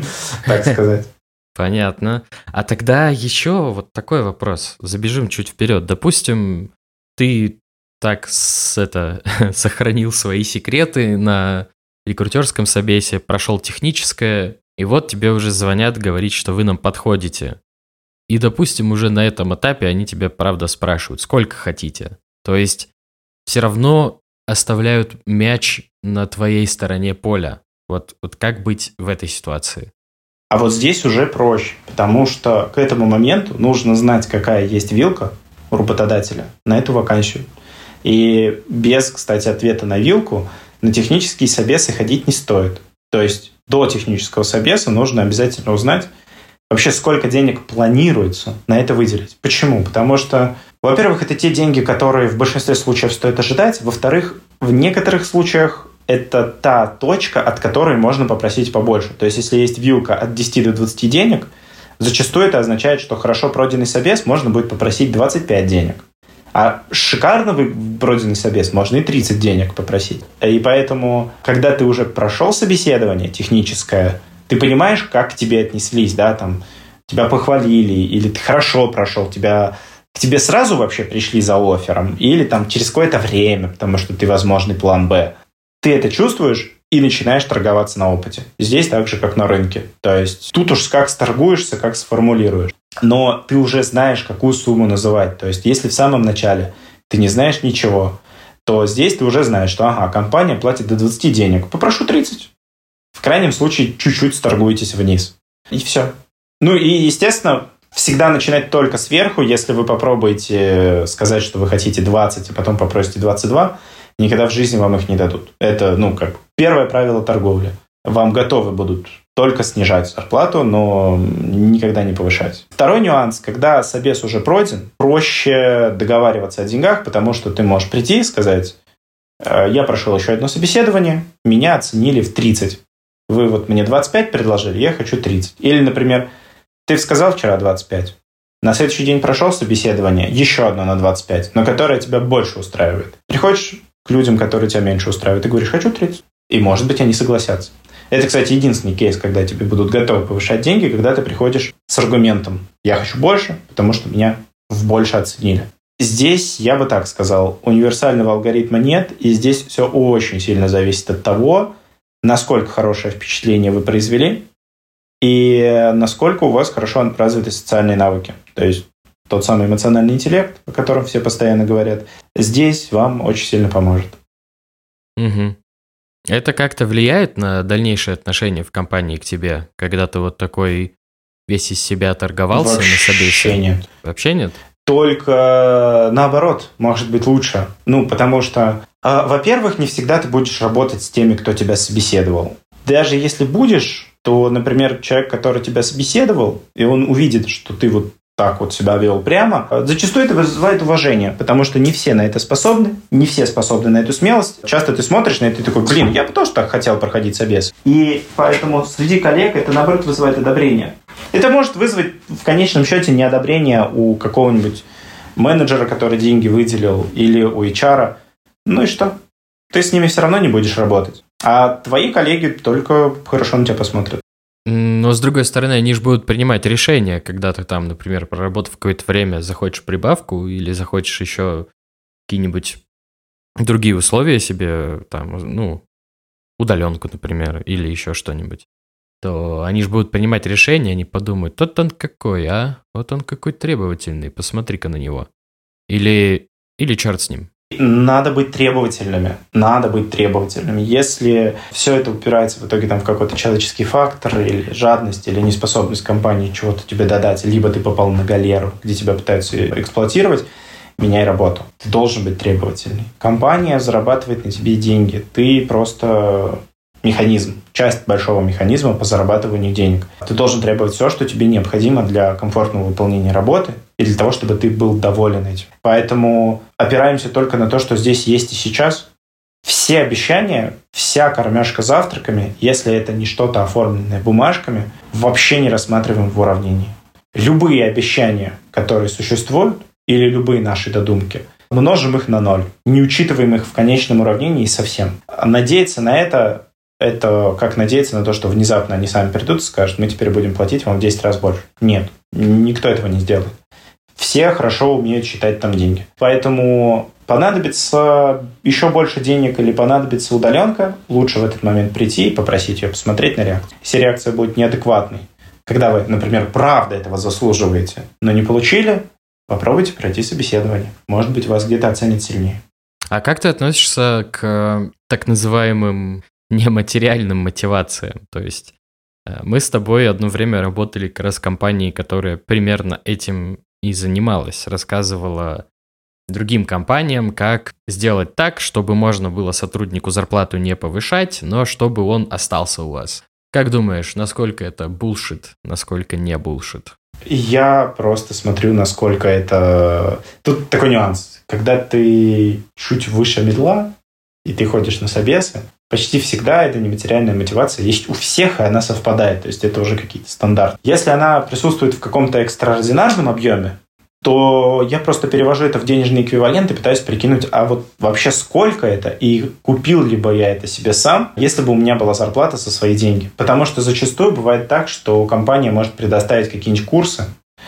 так сказать. Понятно. А тогда еще вот такой вопрос. Забежим чуть вперед. Допустим, ты так с, это, сохранил свои секреты на рекрутерском собесе, прошел техническое, и вот тебе уже звонят говорить, что вы нам подходите. И, допустим, уже на этом этапе они тебя, правда, спрашивают, сколько хотите. То есть все равно оставляют мяч на твоей стороне поля. Вот, вот как быть в этой ситуации? А вот здесь уже проще, потому что к этому моменту нужно знать, какая есть вилка у работодателя на эту вакансию. И без, кстати, ответа на вилку на технические собесы ходить не стоит. То есть до технического собеса нужно обязательно узнать, вообще сколько денег планируется на это выделить. Почему? Потому что, во-первых, это те деньги, которые в большинстве случаев стоит ожидать. Во-вторых, в некоторых случаях это та точка, от которой можно попросить побольше. То есть если есть вилка от десяти до двадцати денег, зачастую это означает, что хорошо пройденный собес можно будет попросить двадцать пять денег. А шикарно пройденный собес можно и тридцать денег попросить. И поэтому, когда ты уже прошел собеседование техническое, ты понимаешь, как к тебе отнеслись, да, там, тебя похвалили, или ты хорошо прошел, тебя, к тебе сразу вообще пришли за оффером, или там через какое-то время, потому что ты возможный план «Б». Ты это чувствуешь и начинаешь торговаться на опыте. Здесь так же, как на рынке. То есть тут уж как сторгуешься, как сформулируешь. Но ты уже знаешь, какую сумму называть. То есть если в самом начале ты не знаешь ничего, то здесь ты уже знаешь, что ага, компания платит до двадцати денег. Попрошу тридцать. В крайнем случае чуть-чуть сторгуетесь вниз. И все. Ну и, естественно, всегда начинать только сверху. Если вы попробуете сказать, что вы хотите двадцать, а потом попросите двадцать два, никогда в жизни вам их не дадут. Это, ну, как первое правило торговли. Вам готовы будут только снижать зарплату, но никогда не повышать. Второй нюанс, когда собес уже пройден, проще договариваться о деньгах, потому что ты можешь прийти и сказать, я прошел еще одно собеседование, меня оценили в тридцать. Вы вот мне двадцать пять предложили, я хочу тридцать. Или, например, ты сказал вчера двадцать пять, на следующий день прошел собеседование, еще одно на двадцать пять, но которое тебя больше устраивает. Приходишь к людям, которые тебя меньше устраивают, и говоришь, хочу тридцать. И, может быть, они согласятся. Это, кстати, единственный кейс, когда тебе будут готовы повышать деньги, когда ты приходишь с аргументом «я хочу больше, потому что меня в больше оценили». Здесь я бы так сказал, универсального алгоритма нет, и здесь все очень сильно зависит от того, насколько хорошее впечатление вы произвели и насколько у вас хорошо развиты социальные навыки. То есть тот самый эмоциональный интеллект, о котором все постоянно говорят, здесь вам очень сильно поможет. Угу. Это как-то влияет на дальнейшие отношения в компании к тебе, когда ты вот такой весь из себя торговался Вообще на собеседовании? нет. Вообще нет? Только наоборот, может быть лучше. Ну, потому что, э, во-первых, не всегда ты будешь работать с теми, кто тебя собеседовал. Даже если будешь, то, например, человек, который тебя собеседовал, и он увидит, что ты вот так вот себя вел прямо, зачастую это вызывает уважение, потому что не все на это способны, не все способны на эту смелость. Часто ты смотришь на это и такой, блин, я бы тоже так хотел проходить собес. И поэтому среди коллег это, наоборот, вызывает одобрение. Это может вызвать в конечном счете неодобрение у какого-нибудь менеджера, который деньги выделил, или у эйч ар. Ну и что? Ты с ними все равно не будешь работать. А твои коллеги только хорошо на тебя посмотрят. Но, с другой стороны, они же будут принимать решения, когда ты там, например, проработав какое-то время, захочешь прибавку или захочешь еще какие-нибудь другие условия себе, там, ну, удаленку, например, или еще что-нибудь, то они же будут принимать решения, они подумают, тот он какой, а? Вот он какой требовательный, посмотри-ка на него. Или, или черт с ним. Надо быть требовательными. Надо быть требовательными. Если все это упирается в итоге там, в какой-то человеческий фактор, или жадность, или неспособность компании чего-то тебе додать, либо ты попал на галеру, где тебя пытаются эксплуатировать, меняй работу. Ты должен быть требовательный. Компания зарабатывает на тебе деньги. Ты просто механизм, часть большого механизма по зарабатыванию денег. Ты должен требовать все, что тебе необходимо для комфортного выполнения работы и для того, чтобы ты был доволен этим. Поэтому опираемся только на то, что здесь есть и сейчас. Все обещания, вся кормежка завтраками, если это не что-то оформленное бумажками, вообще не рассматриваем в уравнении. Любые обещания, которые существуют, или любые наши додумки, множим их на ноль, не учитываем их в конечном уравнении совсем. Надеяться на это Это как надеяться на то, что внезапно они сами придут и скажут, мы теперь будем платить вам в десять раз больше. Нет, никто этого не сделает. Все хорошо умеют считать там деньги. Поэтому понадобится еще больше денег или понадобится удаленка, лучше в этот момент прийти и попросить ее посмотреть на реакцию. Если реакция будет неадекватной, когда вы, например, правда этого заслуживаете, но не получили, попробуйте пройти собеседование. Может быть, вас где-то оценят сильнее. А как ты относишься к так называемым нематериальным мотивациям? То есть мы с тобой одно время работали как раз в компании, которая примерно этим и занималась, рассказывала другим компаниям, как сделать так, чтобы можно было сотруднику зарплату не повышать, но чтобы он остался у вас. Как думаешь, насколько это булшит, насколько не булшит? Я просто смотрю, насколько это... Тут такой нюанс. Когда ты чуть выше медла, и ты ходишь на собесы, почти всегда эта нематериальная мотивация есть у всех, и она совпадает. То есть это уже какие-то стандарты. Если она присутствует в каком-то экстраординарном объеме, то я просто перевожу это в денежный эквивалент и пытаюсь прикинуть, а вот вообще сколько это, и купил ли бы я это себе сам, если бы у меня была зарплата со свои деньги. Потому что зачастую бывает так, что компания может предоставить какие-нибудь курсы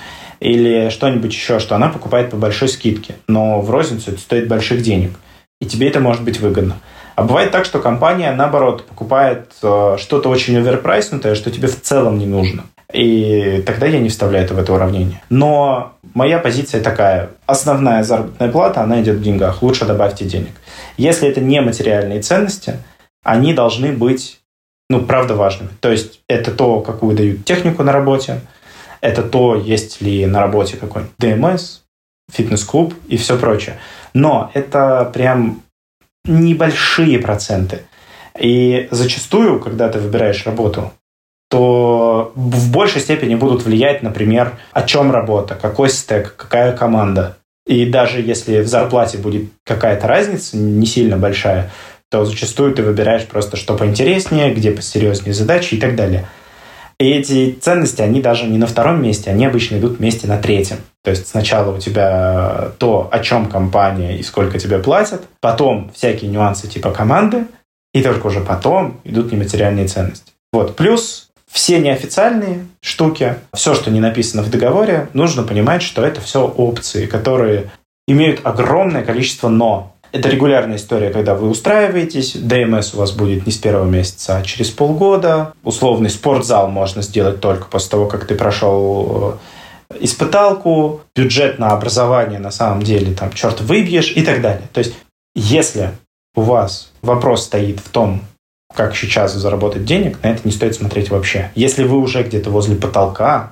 или что-нибудь еще, что она покупает по большой скидке, но в розницу это стоит больших денег, и тебе это может быть выгодно. А бывает так, что компания, наоборот, покупает э, что-то очень оверпрайснутое, что тебе в целом не нужно. И тогда я не вставляю это в это уравнение. Но моя позиция такая. Основная заработная плата, она идет в деньгах. Лучше добавьте денег. Если это не материальные ценности, они должны быть, ну, правда важными. То есть это то, какую дают технику на работе, это то, есть ли на работе какой-нибудь ди эм эс, фитнес-клуб и все прочее. Но это прям небольшие проценты. И зачастую, когда ты выбираешь работу, то в большей степени будут влиять, например, о чем работа, какой стек, какая команда. И даже если в зарплате будет какая-то разница, не сильно большая, то зачастую ты выбираешь просто что поинтереснее, где посерьезнее задачи и так далее. И эти ценности, они даже не на втором месте, они обычно идут вместе на третьем. То есть сначала у тебя то, о чем компания и сколько тебе платят, потом всякие нюансы типа команды, и только уже потом идут нематериальные ценности. Вот. Плюс все неофициальные штуки, все, что не написано в договоре, нужно понимать, что это все опции, которые имеют огромное количество «но». Это регулярная история, когда вы устраиваетесь, ДМС у вас будет не с первого месяца, а через полгода. Условный спортзал можно сделать только после того, как ты прошел испыталку. Бюджет на образование на самом деле там черт выбьешь и так далее. То есть, если у вас вопрос стоит в том, как сейчас заработать денег, на это не стоит смотреть вообще. Если вы уже где-то возле потолка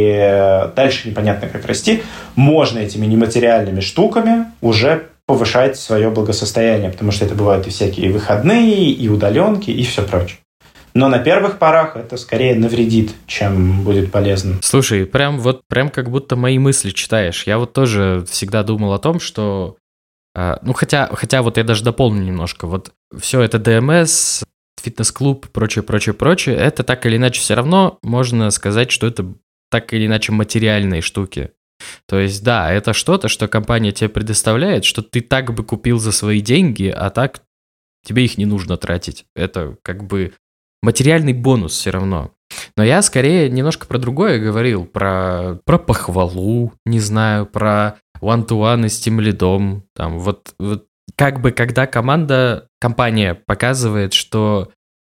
и дальше непонятно, как расти, можно этими нематериальными штуками уже повышать свое благосостояние, потому что это бывают и всякие выходные, и удаленки, и все прочее. Но на первых порах это скорее навредит, чем будет полезно. Слушай, прям вот прям как будто мои мысли читаешь. Я вот тоже всегда думал о том, что... Э, ну, хотя, хотя вот я даже дополню немножко. Вот все это ДМС, фитнес-клуб, прочее, прочее, прочее, это так или иначе все равно можно сказать, что это так или иначе материальные штуки. То есть, да, это что-то, что компания тебе предоставляет, что ты так бы купил за свои деньги, а так тебе их не нужно тратить. Это как бы материальный бонус все равно. Но я скорее немножко про другое говорил, про, про похвалу, не знаю, про one-to-one с тимлидом. Там, вот, вот как бы когда команда, компания показывает, что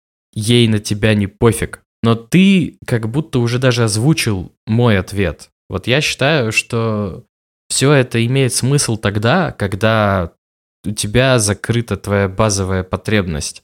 ей на тебя не пофиг, но ты как будто уже даже озвучил мой ответ. Вот я считаю, что все это имеет смысл тогда, когда у тебя закрыта твоя базовая потребность.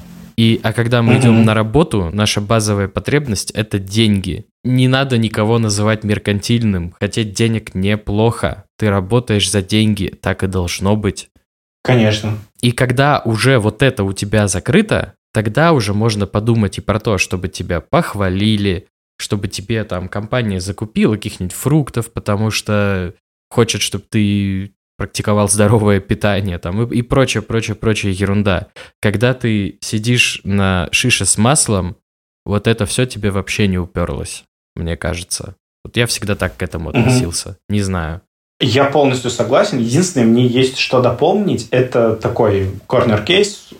И, а когда мы mm-hmm. идем на работу, наша базовая потребность – это деньги. Не надо никого называть меркантильным. Хотеть денег неплохо. Ты работаешь за деньги, так и должно быть. Конечно. И когда уже вот это у тебя закрыто, тогда уже можно подумать и про то, чтобы тебя похвалили, чтобы тебе там компания закупила каких-нибудь фруктов, потому что хочет, чтобы ты практиковал здоровое питание там и, и прочее, прочее, прочее ерунда. Когда ты сидишь на шише с маслом, вот это все тебе вообще не уперлось, мне кажется. Вот я всегда так к этому относился. Mm-hmm. Не знаю. Я полностью согласен. Единственное, мне есть что дополнить. Это такой корнер-кейс.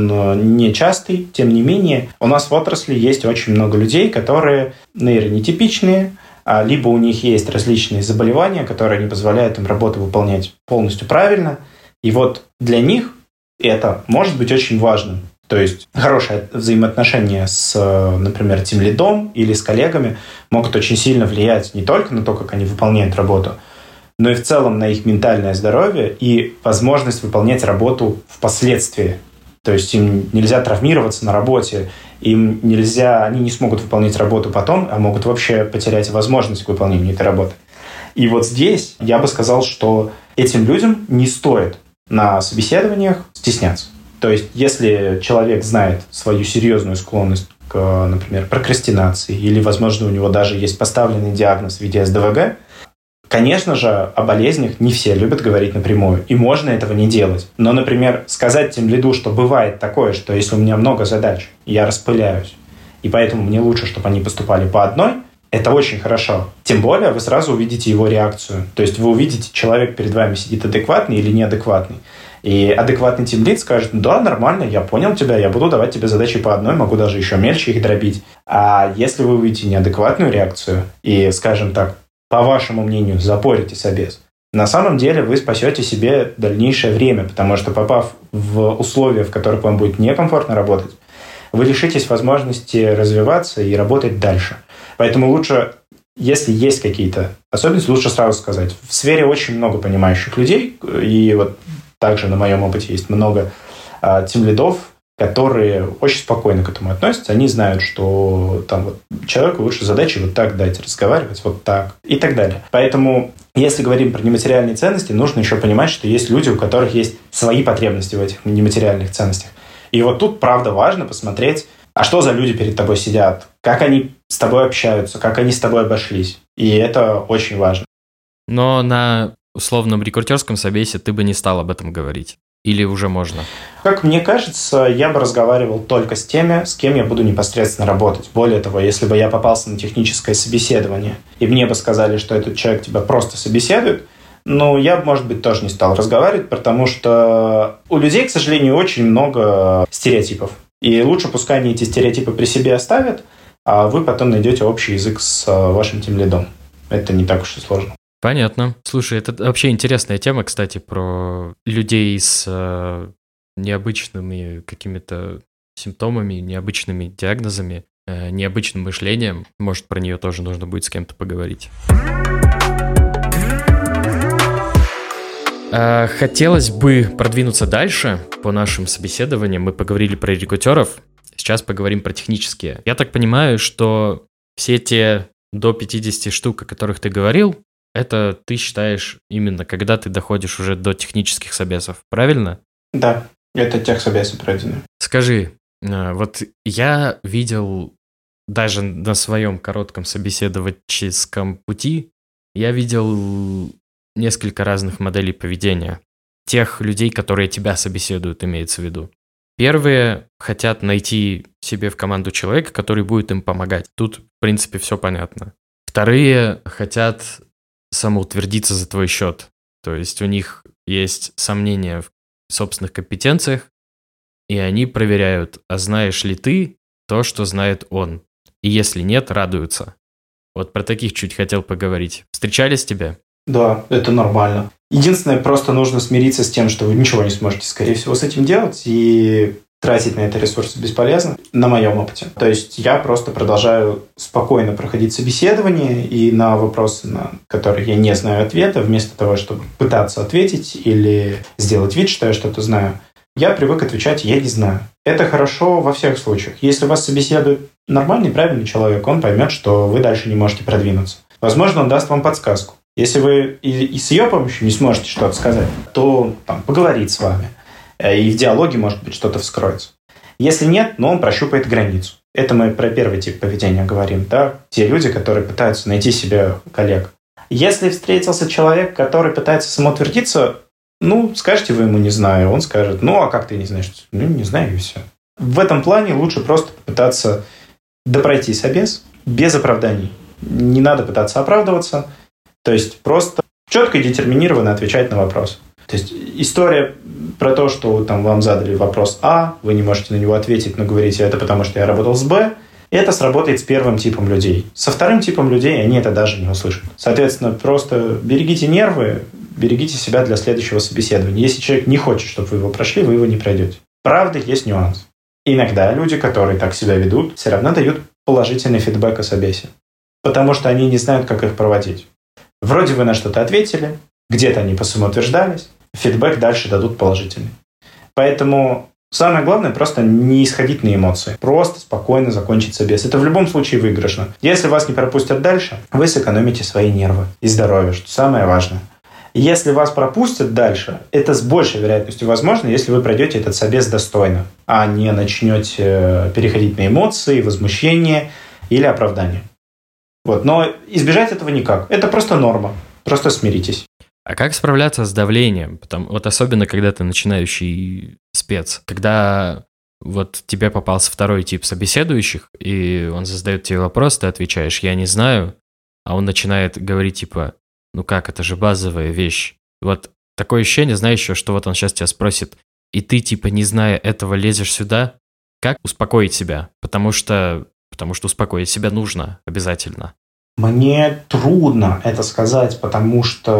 Он не частый, тем не менее. У нас в отрасли есть очень много людей, которые нейронетипичные, либо у них есть различные заболевания, которые не позволяют им работу выполнять полностью правильно. И вот для них это может быть очень важным. То есть хорошие взаимоотношения с, например, тимлидом или с коллегами могут очень сильно влиять не только на то, как они выполняют работу, но и в целом на их ментальное здоровье и возможность выполнять работу впоследствии. То есть им нельзя травмироваться на работе, им нельзя, они не смогут выполнять работу потом, а могут вообще потерять возможность к выполнению этой работы. И вот здесь я бы сказал, что этим людям не стоит на собеседованиях стесняться. То есть если человек знает свою серьезную склонность к, например, прокрастинации, или, возможно, у него даже есть поставленный диагноз в виде эс дэ вэ гэ, конечно же, о болезнях не все любят говорить напрямую, и можно этого не делать. Но, например, сказать тимлиду, что бывает такое, что если у меня много задач, я распыляюсь, и поэтому мне лучше, чтобы они поступали по одной, это очень хорошо. Тем более вы сразу увидите его реакцию. То есть вы увидите, человек перед вами сидит адекватный или неадекватный. И адекватный тимлид скажет: да, нормально, я понял тебя, я буду давать тебе задачи по одной, могу даже еще мельче их дробить. А если вы увидите неадекватную реакцию и, скажем так, по вашему мнению, запорите собес, на самом деле вы спасете себе дальнейшее время, потому что, попав в условия, в которых вам будет некомфортно работать, вы лишитесь возможности развиваться и работать дальше. Поэтому лучше, если есть какие-то особенности, лучше сразу сказать. В сфере очень много понимающих людей, и вот также на моем опыте есть много а, тимлидов, которые очень спокойно к этому относятся. Они знают, что там вот человеку лучше задачи вот так дать, разговаривать вот так и так далее. Поэтому, если говорим про нематериальные ценности, нужно еще понимать, что есть люди, у которых есть свои потребности в этих нематериальных ценностях. И вот тут, правда, важно посмотреть, а что за люди перед тобой сидят, как они с тобой общаются, как они с тобой обошлись. И это очень важно. Но на условном рекрутерском собесе ты бы не стал об этом говорить? Или уже можно? Как мне кажется, я бы разговаривал только с теми, с кем я буду непосредственно работать. Более того, если бы я попался на техническое собеседование, и мне бы сказали, что этот человек тебя просто собеседует, ну, я бы, может быть, тоже не стал разговаривать, потому что у людей, к сожалению, очень много стереотипов. И лучше пускай они эти стереотипы при себе оставят, а вы потом найдете общий язык с вашим тимлидом. Это не так уж и сложно. Понятно. Слушай, это вообще интересная тема, кстати, про людей с э, необычными какими-то симптомами, необычными диагнозами, э, необычным мышлением. Может, про нее тоже нужно будет с кем-то поговорить. Э, хотелось бы продвинуться дальше по нашим собеседованиям. Мы поговорили про рекрутеров, сейчас поговорим про технические. Я так понимаю, что все те до пятидесяти штук, о которых ты говорил, это ты считаешь именно, когда ты доходишь уже до технических собесов, правильно? Да, это техсобесы пройдены. Скажи, вот я видел даже на своем коротком собеседовательском пути, я видел несколько разных моделей поведения. Тех людей, которые тебя собеседуют, имеется в виду. Первые хотят найти себе в команду человека, который будет им помогать. Тут, в принципе, все понятно. Вторые хотят самоутвердиться за твой счет. То есть у них есть сомнения в собственных компетенциях, и они проверяют, а знаешь ли ты то, что знает он. И если нет, радуются. Вот про таких чуть хотел поговорить. Встречались тебе? Да, это нормально. Единственное, просто нужно смириться с тем, что вы ничего не сможете, скорее всего, с этим делать, и тратить на это ресурсы бесполезно, на моем опыте. То есть я просто продолжаю спокойно проходить собеседование, и на вопросы, на которые я не знаю ответа, вместо того, чтобы пытаться ответить или сделать вид, что я что-то знаю, я привык отвечать «я не знаю». Это хорошо во всех случаях. Если вас собеседует нормальный, правильный человек, он поймет, что вы дальше не можете продвинуться. Возможно, он даст вам подсказку. Если вы и, и с ее помощью не сможете что-то сказать, то там, поговорит с вами. И в диалоге, может быть, что-то вскроется. Если нет, ну, он прощупает границу. Это мы про первый тип поведения говорим, да? Те люди, которые пытаются найти себе коллег. Если встретился человек, который пытается самоутвердиться, ну, скажете вы ему «не знаю», он скажет «ну, а как ты не знаешь?» Ну, не знаю, и все. В этом плане лучше просто попытаться допройти собес без оправданий. Не надо пытаться оправдываться. То есть просто четко и детерминированно отвечать на вопрос. То есть история про то, что там вам задали вопрос А, вы не можете на него ответить, но говорите «это потому, что я работал с Б», это сработает с первым типом людей. Со вторым типом людей они это даже не услышат. Соответственно, просто берегите нервы, берегите себя для следующего собеседования. Если человек не хочет, чтобы вы его прошли, вы его не пройдете. Правда, есть нюанс. Иногда люди, которые так себя ведут, все равно дают положительный фидбэк о собесе. Потому что они не знают, как их проводить. Вроде вы на что-то ответили, где-то они посамоутверждались, фидбэк дальше дадут положительный. Поэтому самое главное просто не исходить на эмоции. Просто спокойно закончить собес. Это в любом случае выигрышно. Если вас не пропустят дальше, вы сэкономите свои нервы и здоровье, что самое важное. Если вас пропустят дальше, это с большей вероятностью возможно, если вы пройдете этот собес достойно, а не начнете переходить на эмоции, возмущение или оправдание. Вот. Но избежать этого никак. Это просто норма. Просто смиритесь. А как справляться с давлением? Потому, вот особенно, когда ты начинающий спец. Когда вот тебе попался второй тип собеседующих, и он задает тебе вопрос, ты отвечаешь «я не знаю», а он начинает говорить типа «ну как, это же базовая вещь». Вот такое ощущение, знаешь еще, что вот он сейчас тебя спросит, и ты типа не зная этого лезешь сюда. Как успокоить себя? Потому что... Потому что успокоить себя нужно обязательно. Мне трудно это сказать, потому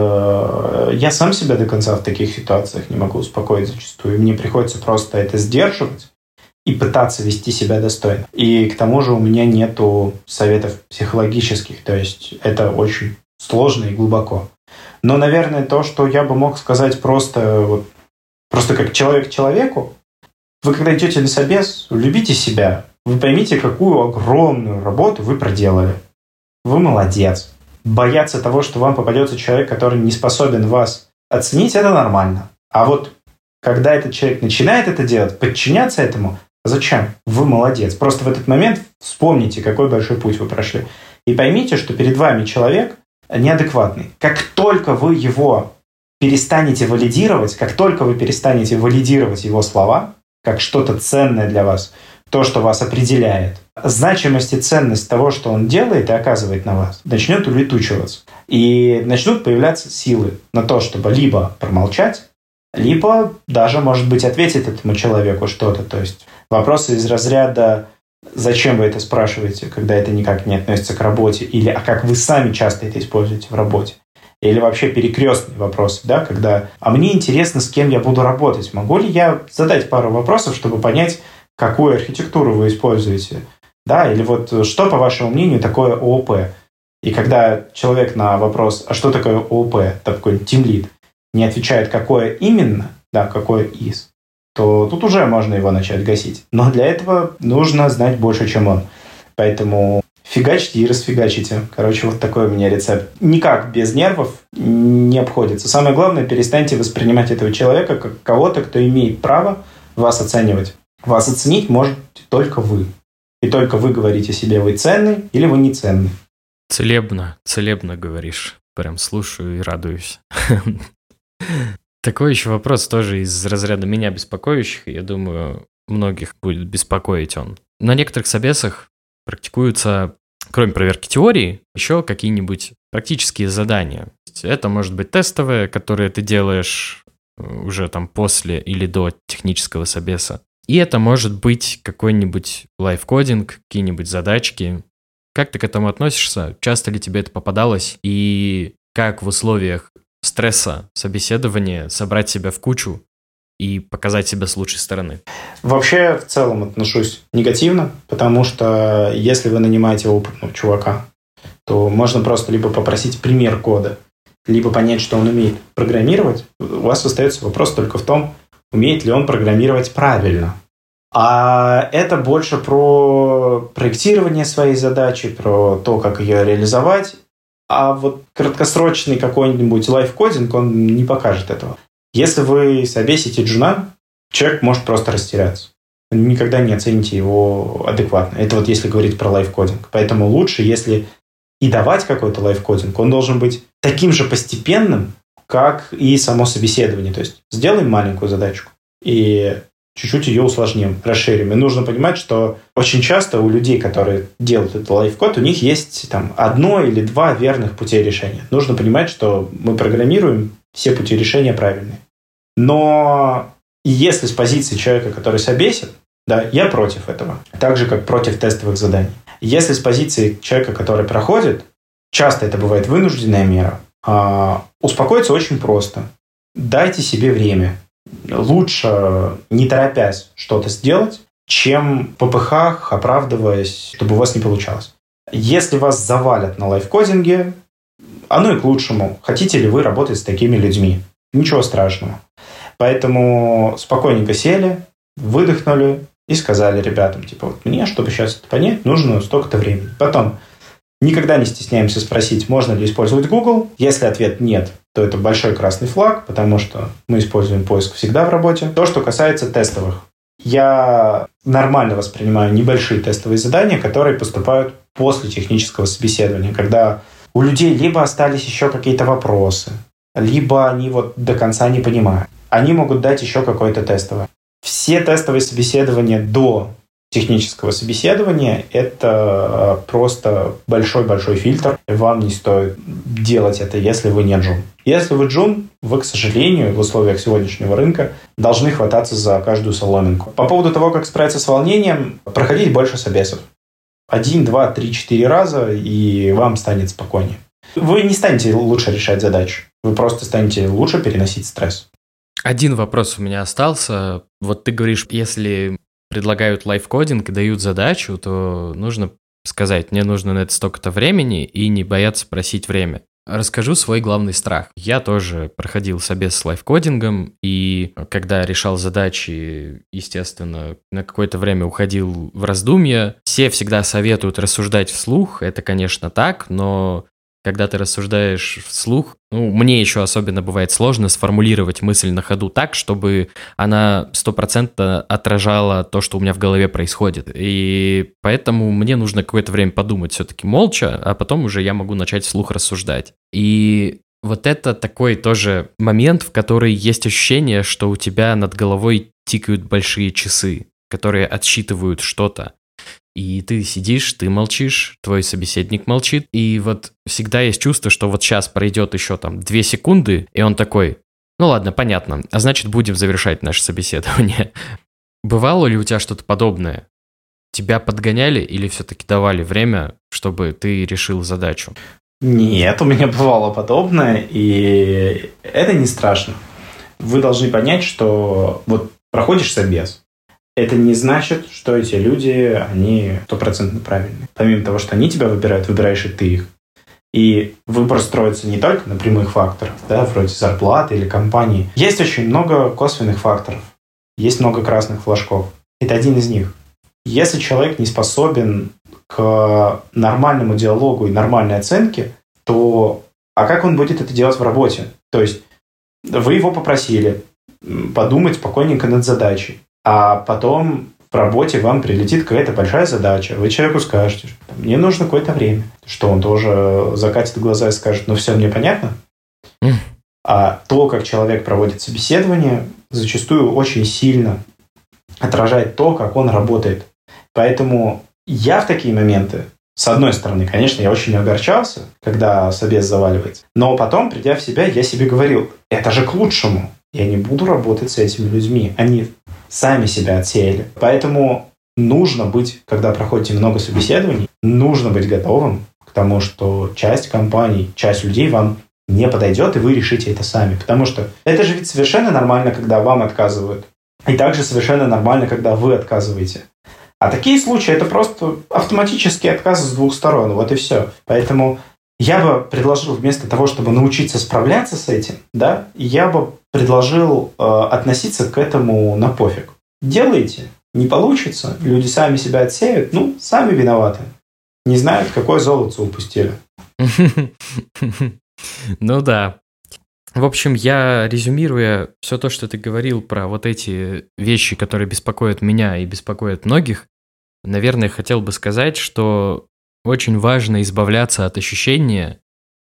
что я сам себя до конца в таких ситуациях не могу успокоить зачастую. Мне приходится просто это сдерживать и пытаться вести себя достойно. И к тому же у меня нету советов психологических, то есть это очень сложно и глубоко. Но, наверное, то, что я бы мог сказать просто, вот, просто как человек человеку, вы когда идете на собес, любите себя. Вы поймите, какую огромную работу вы проделали. Вы молодец. Бояться того, что вам попадется человек, который не способен вас оценить, это нормально. А вот когда этот человек начинает это делать, подчиняться этому, зачем? Вы молодец. Просто в этот момент вспомните, какой большой путь вы прошли. И поймите, что перед вами человек неадекватный. Как только вы его перестанете валидировать, как только вы перестанете валидировать его слова, как что-то ценное для вас, то, что вас определяет, значимость и ценность того, что он делает и оказывает на вас, начнет улетучиваться. И начнут появляться силы на то, чтобы либо промолчать, либо даже, может быть, ответит этому человеку что-то. То есть вопросы из разряда «Зачем вы это спрашиваете, когда это никак не относится к работе?» или «А как вы сами часто это используете в работе?» Или вообще перекрестные вопросы, да, когда «А мне интересно, с кем я буду работать. Могу ли я задать пару вопросов, чтобы понять, какую архитектуру вы используете?» Да, или вот что, по вашему мнению, такое ООП? И когда человек на вопрос «А что такое ООП?» такой тимлид не отвечает, какое именно, да, какое из, то тут уже можно его начать гасить. Но для этого нужно знать больше, чем он. Поэтому фигачьте и расфигачите. Короче, вот такой у меня рецепт. Никак без нервов не обходится. Самое главное, перестаньте воспринимать этого человека как кого-то, кто имеет право вас оценивать. Вас оценить можете только вы. И только вы говорите себе, вы ценный или вы не ценный. Целебно, целебно говоришь. Прям слушаю и радуюсь. Такой еще вопрос тоже из разряда меня беспокоящих. Я думаю, многих будет беспокоить он. На некоторых собесах практикуются, кроме проверки теории, еще какие-нибудь практические задания. Это может быть тестовые, которые ты делаешь уже там после или до технического собеса. И это может быть какой-нибудь лайфкодинг, какие-нибудь задачки. Как ты к этому относишься? Часто ли тебе это попадалось? И как в условиях стресса собеседования собрать себя в кучу и показать себя с лучшей стороны? Вообще, в целом отношусь негативно, потому что если вы нанимаете опытного чувака, то можно просто либо попросить пример кода, либо понять, что он умеет программировать. У вас остается вопрос только в том, умеет ли он программировать правильно. А это больше про проектирование своей задачи, про то, как ее реализовать. А вот краткосрочный какой-нибудь лайфкодинг, он не покажет этого. Если вы собесите джуна, человек может просто растеряться. Вы никогда не оцените его адекватно. Это вот если говорить про лайфкодинг. Поэтому лучше, если и давать какой-то лайфкодинг, он должен быть таким же постепенным, как и само собеседование. То есть сделаем маленькую задачку и чуть-чуть ее усложним, расширим. И нужно понимать, что очень часто у людей, которые делают этот лайфкод, у них есть там одно или два верных пути решения. Нужно понимать, что мы программируем все пути решения правильные. Но если с позиции человека, который собесит, да, я против этого. Так же, как против тестовых заданий. Если с позиции человека, который проходит, часто это бывает вынужденная мера, успокоиться очень просто. Дайте себе время. Лучше, не торопясь, что-то сделать, чем в попыхах, оправдываясь, чтобы у вас не получалось. Если вас завалят на лайфкодинге, оно и к лучшему. Хотите ли вы работать с такими людьми? Ничего страшного. Поэтому спокойненько сели, выдохнули и сказали ребятам, типа, вот мне, чтобы сейчас это понять, нужно столько-то времени. Потом никогда не стесняемся спросить, можно ли использовать Google. Если ответ нет, то это большой красный флаг, потому что мы используем поиск всегда в работе. То, что касается тестовых. Я нормально воспринимаю небольшие тестовые задания, которые поступают после технического собеседования, когда у людей либо остались еще какие-то вопросы, либо они вот до конца не понимают. Они могут дать еще какое-то тестовое. Все тестовые собеседования до технического собеседования – это просто большой-большой фильтр. Вам не стоит делать это, если вы не джун. Если вы джун, вы, к сожалению, в условиях сегодняшнего рынка должны хвататься за каждую соломинку. По поводу того, как справиться с волнением, проходить больше собесов. Один, два, три, четыре раза, и вам станет спокойнее. Вы не станете лучше решать задачи. Вы просто станете лучше переносить стресс. Один вопрос у меня остался. Вот ты говоришь, если предлагают лайфкодинг и дают задачу, то нужно сказать, мне нужно на это столько-то времени, и не бояться просить время. Расскажу свой главный страх. Я тоже проходил собес с лайфкодингом, и когда решал задачи, естественно, на какое-то время уходил в раздумья. Все всегда советуют рассуждать вслух, это, конечно, так, но когда ты рассуждаешь вслух, ну, мне еще особенно бывает сложно сформулировать мысль на ходу так, чтобы она стопроцентно отражала то, что у меня в голове происходит. И поэтому мне нужно какое-то время подумать все-таки молча, а потом уже я могу начать вслух рассуждать. И вот это такой тоже момент, в который есть ощущение, что у тебя над головой тикают большие часы, которые отсчитывают что-то. И ты сидишь, ты молчишь, твой собеседник молчит, и вот всегда есть чувство, что вот сейчас пройдет еще там две секунды, и он такой, Ну ладно, понятно. А значит, будем завершать наше собеседование. Бывало ли у тебя что-то подобное? Тебя подгоняли или все-таки давали время, чтобы ты решил задачу? Нет, у меня бывало подобное, и это не страшно. Вы должны понять, что вот проходишь собес. Это не значит, что эти люди, они стопроцентно правильные. Помимо того, что они тебя выбирают, выбираешь и ты их. И выбор строится не только на прямых факторах, да, вроде зарплаты или компании. Есть очень много косвенных факторов. Есть много красных флажков. Это один из них. Если человек не способен к нормальному диалогу и нормальной оценке, то а как он будет это делать в работе? То есть вы его попросили подумать спокойненько над задачей, а потом в работе вам прилетит какая-то большая задача. Вы человеку скажете, что мне нужно какое-то время. Что он тоже закатит глаза и скажет, ну все, мне понятно. Mm. А то, как человек проводит собеседование, зачастую очень сильно отражает то, как он работает. Поэтому я в такие моменты, с одной стороны, конечно, я очень огорчался, когда собес заваливается. Но потом, придя в себя, я себе говорил, это же к лучшему. Я не буду работать с этими людьми. Они сами себя отсеяли. Поэтому нужно быть, когда проходите много собеседований, нужно быть готовым к тому, что часть компаний, часть людей вам не подойдет, и вы решите это сами. Потому что это же ведь совершенно нормально, когда вам отказывают. И также совершенно нормально, когда вы отказываете. А такие случаи – это просто автоматический отказ с двух сторон. Вот и все. Поэтому я бы предложил вместо того, чтобы научиться справляться с этим, да, я бы предложил э, относиться к этому на пофиг. Делайте, не получится, люди сами себя отсеют, ну, сами виноваты. Не знают, какое золото упустили. Ну да. В общем, я, резюмируя все то, что ты говорил про вот эти вещи, которые беспокоят меня и беспокоят многих, наверное, хотел бы сказать, что очень важно избавляться от ощущения,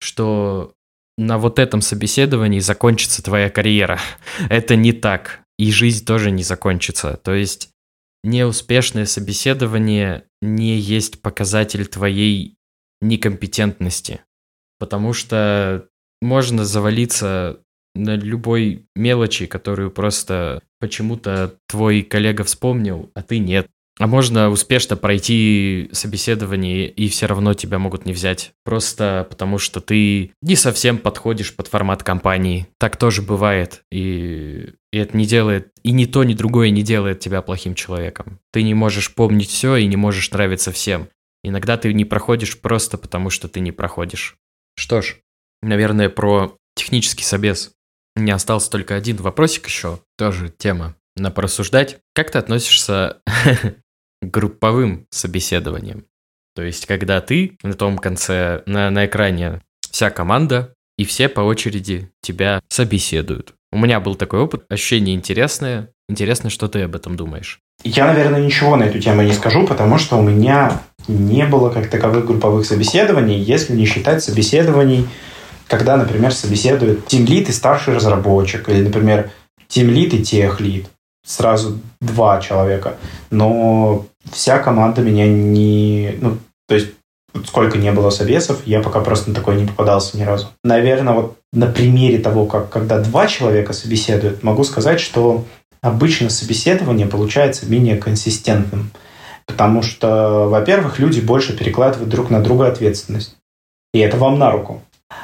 что на вот этом собеседовании закончится твоя карьера. Это не так, и жизнь тоже не закончится. То есть неуспешное собеседование не есть показатель твоей некомпетентности, потому что можно завалиться на любой мелочи, которую просто почему-то твой коллега вспомнил, а ты нет. А можно успешно пройти собеседование, и все равно тебя могут не взять. Просто потому что ты не совсем подходишь под формат компании. Так тоже бывает. И, и это не делает, и ни то, ни другое не делает тебя плохим человеком. Ты не можешь помнить все и не можешь нравиться всем. Иногда ты не проходишь просто потому, что ты не проходишь. Что ж, наверное, про технический собес. У меня остался только один вопросик еще. Тоже тема на порассуждать. Как ты относишься к групповым собеседованиям? То есть, когда ты на том конце, на, на экране вся команда, и все по очереди тебя собеседуют. У меня был такой опыт, ощущение интересное. Интересно, что ты об этом думаешь? Я, наверное, ничего на эту тему не скажу, потому что у меня не было как таковых групповых собеседований, если не считать собеседований, когда, например, собеседует тимлид и старший разработчик, или, например, тимлид и техлид. Сразу два человека. Но вся команда меня не... Ну, то есть, сколько не было собесов, я пока просто на такой не попадался ни разу. Наверное, вот на примере того, как когда два человека собеседуют, могу сказать, что обычно собеседование получается менее консистентным. Потому что, во-первых, люди больше перекладывают друг на друга ответственность. И это вам на руку.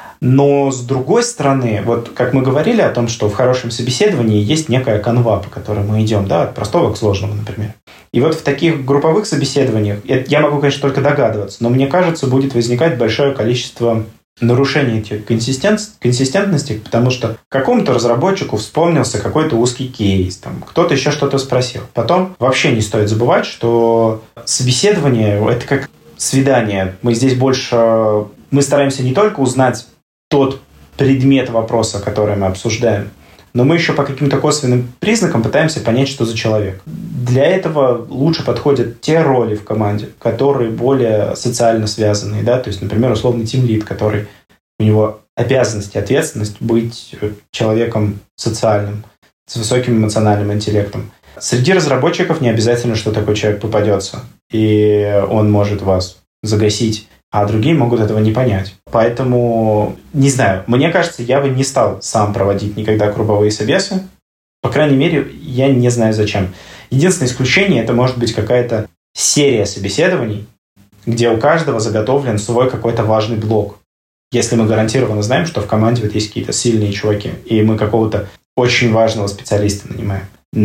Но, с другой стороны, вот как мы говорили о том, что в хорошем собеседовании есть некая канва, по которой мы идем, да, от простого к сложному, например. И вот в таких групповых собеседованиях, я могу, конечно, только догадываться, но мне кажется, будет возникать большое количество нарушений этих консистент, консистентностей, потому что какому-то разработчику вспомнился какой-то узкий кейс, там, кто-то еще что-то спросил. Потом вообще не стоит забывать, что собеседование – это как свидание. Мы здесь больше... Мы стараемся не только узнать тот предмет вопроса, который мы обсуждаем, но мы еще по каким-то косвенным признакам пытаемся понять, что за человек. Для этого лучше подходят те роли в команде, которые более социально связанные, да, то есть, например, условный тимлид, который у него обязанность и ответственность быть человеком социальным, с высоким эмоциональным интеллектом. Среди разработчиков не обязательно, что такой человек попадется, и он может вас загасить а другие могут этого не понять. Поэтому, не знаю, мне кажется, я бы не стал сам проводить никогда групповые собесы. По крайней мере, я не знаю зачем. Единственное исключение – это может быть какая-то серия собеседований, где у каждого заготовлен свой какой-то важный блок. Если мы гарантированно знаем, что в команде вот есть какие-то сильные чуваки, и мы какого-то очень важного специалиста нанимаем.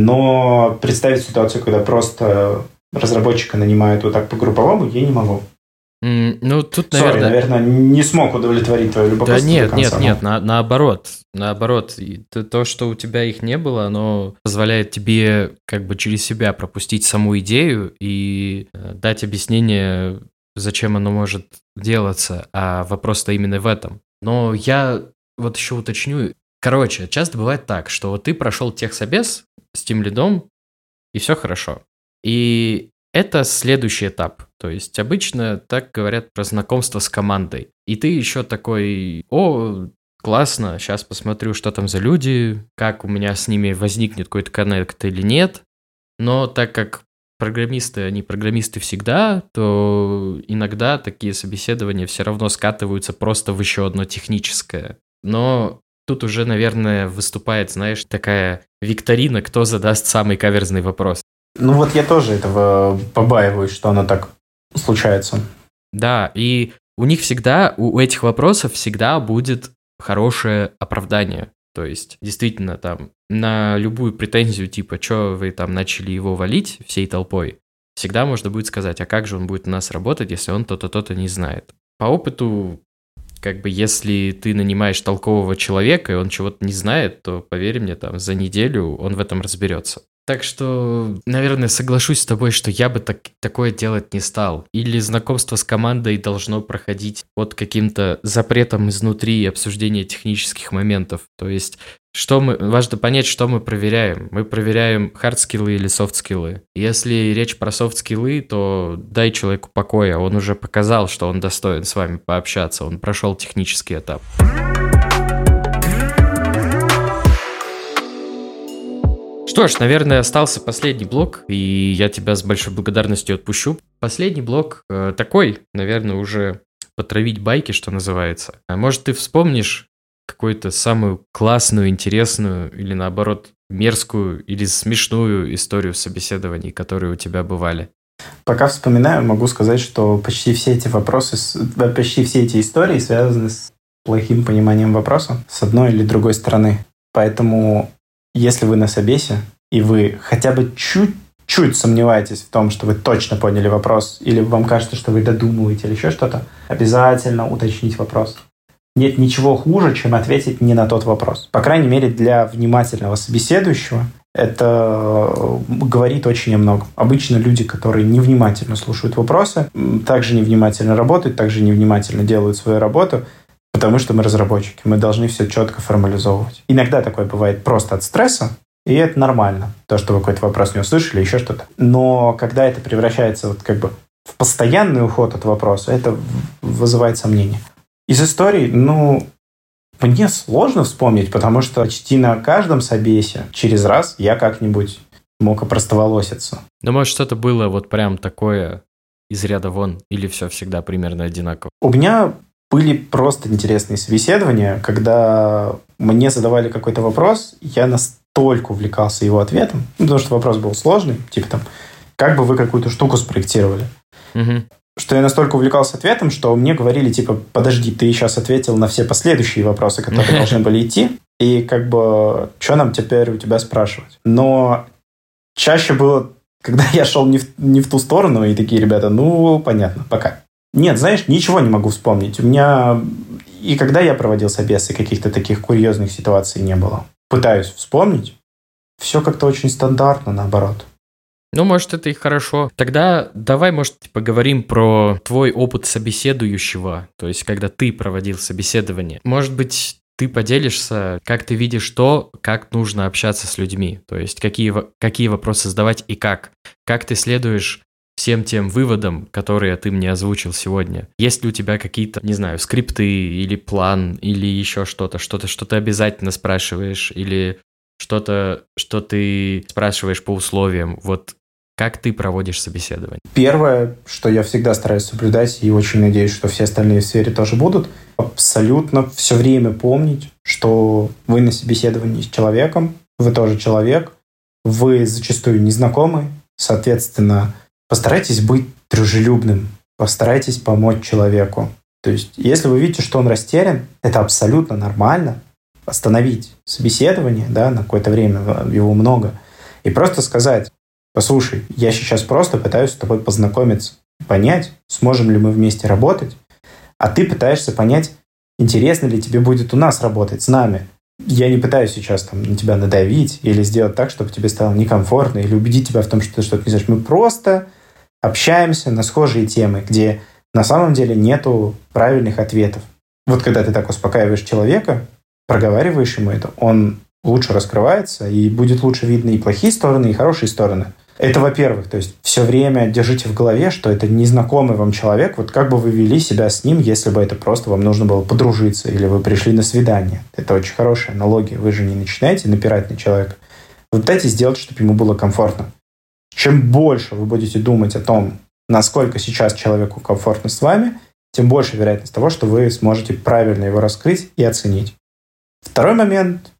Но представить ситуацию, когда просто разработчика нанимают вот так по-групповому, я не могу. Mm, ну, тут, Sorry, наверное... наверное, не смог удовлетворить твое любопытство. Да нет, до конца, нет, нет, на, наоборот. Наоборот, то, что у тебя их не было, оно позволяет тебе как бы через себя пропустить саму идею и дать объяснение, зачем оно может делаться, а вопрос-то именно в этом. Но я вот еще уточню. Короче, часто бывает так, что вот ты прошел техсобес с тимлидом, и все хорошо. И это следующий этап. То есть обычно так говорят про знакомство с командой. И ты еще такой: о, классно, сейчас посмотрю, что там за люди, как у меня с ними возникнет какой-то коннект или нет. Но так как программисты, они программисты всегда, то иногда такие собеседования все равно скатываются просто в еще одно техническое. Но тут уже, наверное, выступает, знаешь, такая викторина, кто задаст самый каверзный вопрос. Ну вот я тоже этого побаиваюсь, что оно так случается. Да, и у них всегда, у этих вопросов всегда будет хорошее оправдание. То есть, действительно, там, на любую претензию, типа, что вы там начали его валить всей толпой, всегда можно будет сказать, а как же он будет у нас работать, если он то-то, то-то не знает. По опыту, как бы, если ты нанимаешь толкового человека, и он чего-то не знает, то, поверь мне, там, за неделю он в этом разберется. Так что, наверное, соглашусь с тобой, что я бы так, такое делать не стал. Или знакомство с командой должно проходить под каким-то запретом изнутри обсуждения технических моментов. То есть, что мы, важно понять, что мы проверяем. Мы проверяем хард-скиллы или софт-скиллы. Если речь про софт-скиллы, то дай человеку покоя. Он уже показал, что он достоин с вами пообщаться. Он прошел технический этап. Что ж, наверное, остался последний блок, и я тебя с большой благодарностью отпущу. Последний блок э, такой, наверное, уже потравить байки, что называется. А может, ты вспомнишь какую-то самую классную, интересную или, наоборот, мерзкую или смешную историю собеседований, которые у тебя бывали? Пока вспоминаю, могу сказать, что почти все эти вопросы, почти все эти истории связаны с плохим пониманием вопроса с одной или другой стороны. Поэтому... Если вы на собесе, и вы хотя бы чуть-чуть сомневаетесь в том, что вы точно поняли вопрос, или вам кажется, что вы додумываете или еще что-то, обязательно уточнить вопрос. Нет ничего хуже, чем ответить не на тот вопрос. По крайней мере, для внимательного собеседующего это говорит очень много. Обычно люди, которые невнимательно слушают вопросы, также невнимательно работают, также невнимательно делают свою работу, потому что мы разработчики, мы должны все четко формализовывать. Иногда такое бывает просто от стресса, и это нормально, то, что вы какой-то вопрос не услышали, еще что-то. Но когда это превращается вот как бы в постоянный уход от вопроса, это вызывает сомнения. Из истории, ну, мне сложно вспомнить, потому что почти на каждом собесе через раз я как-нибудь мог опростоволоситься. Ну, может, что-то было вот прям такое из ряда вон, или все всегда примерно одинаково? У меня были просто интересные собеседования, когда мне задавали какой-то вопрос, я настолько увлекался его ответом, потому что вопрос был сложный, типа там, как бы вы какую-то штуку спроектировали. Угу. Что я настолько увлекался ответом, что мне говорили, типа, подожди, ты сейчас ответил на все последующие вопросы, которые должны были идти, и как бы, что нам теперь у тебя спрашивать? Но чаще было, когда я шел не в, не в ту сторону, и такие ребята, ну, понятно, пока. Нет, знаешь, ничего не могу вспомнить. У меня и когда я проводил собесы, каких-то таких курьезных ситуаций не было. Пытаюсь вспомнить. Все как-то очень стандартно, наоборот. Ну, может, это и хорошо. Тогда давай, может, поговорим про твой опыт собеседующего, то есть, когда ты проводил собеседование. Может быть, ты поделишься, как ты видишь то, как нужно общаться с людьми, то есть, какие, какие вопросы задавать и как. Как ты следуешь всем тем выводам, которые ты мне озвучил сегодня. Есть ли у тебя какие-то, не знаю, скрипты или план, или еще что-то, что-то, что ты обязательно спрашиваешь, или что-то, что ты спрашиваешь по условиям. Вот Как ты проводишь собеседование? Первое, что я всегда стараюсь соблюдать, и очень надеюсь, что все остальные в сфере тоже будут, абсолютно все время помнить, что вы на собеседовании с человеком, вы тоже человек, вы зачастую незнакомы, соответственно, постарайтесь быть дружелюбным, постарайтесь помочь человеку. То есть, если вы видите, что он растерян, это абсолютно нормально. Остановить собеседование, да, на какое-то время, его много, и просто сказать: послушай, я сейчас просто пытаюсь с тобой познакомиться, понять, сможем ли мы вместе работать, а ты пытаешься понять, интересно ли тебе будет у нас работать, с нами. Я не пытаюсь сейчас там на тебя надавить или сделать так, чтобы тебе стало некомфортно, или убедить тебя в том, что ты что-то не знаешь. Мы просто общаемся на схожие темы, где на самом деле нету правильных ответов. Вот когда ты так успокаиваешь человека, проговариваешь ему это, он лучше раскрывается, и будет лучше видно и плохие стороны, и хорошие стороны. Это, во-первых, то есть все время держите в голове, что это незнакомый вам человек, вот как бы вы вели себя с ним, если бы это просто вам нужно было подружиться, или вы пришли на свидание. Это очень хорошая аналогия. Вы же не начинаете напирать на человека. Вы пытаетесь сделать, чтобы ему было комфортно. Чем больше вы будете думать о том, насколько сейчас человеку комфортно с вами, тем больше вероятность того, что вы сможете правильно его раскрыть и оценить. Второй момент.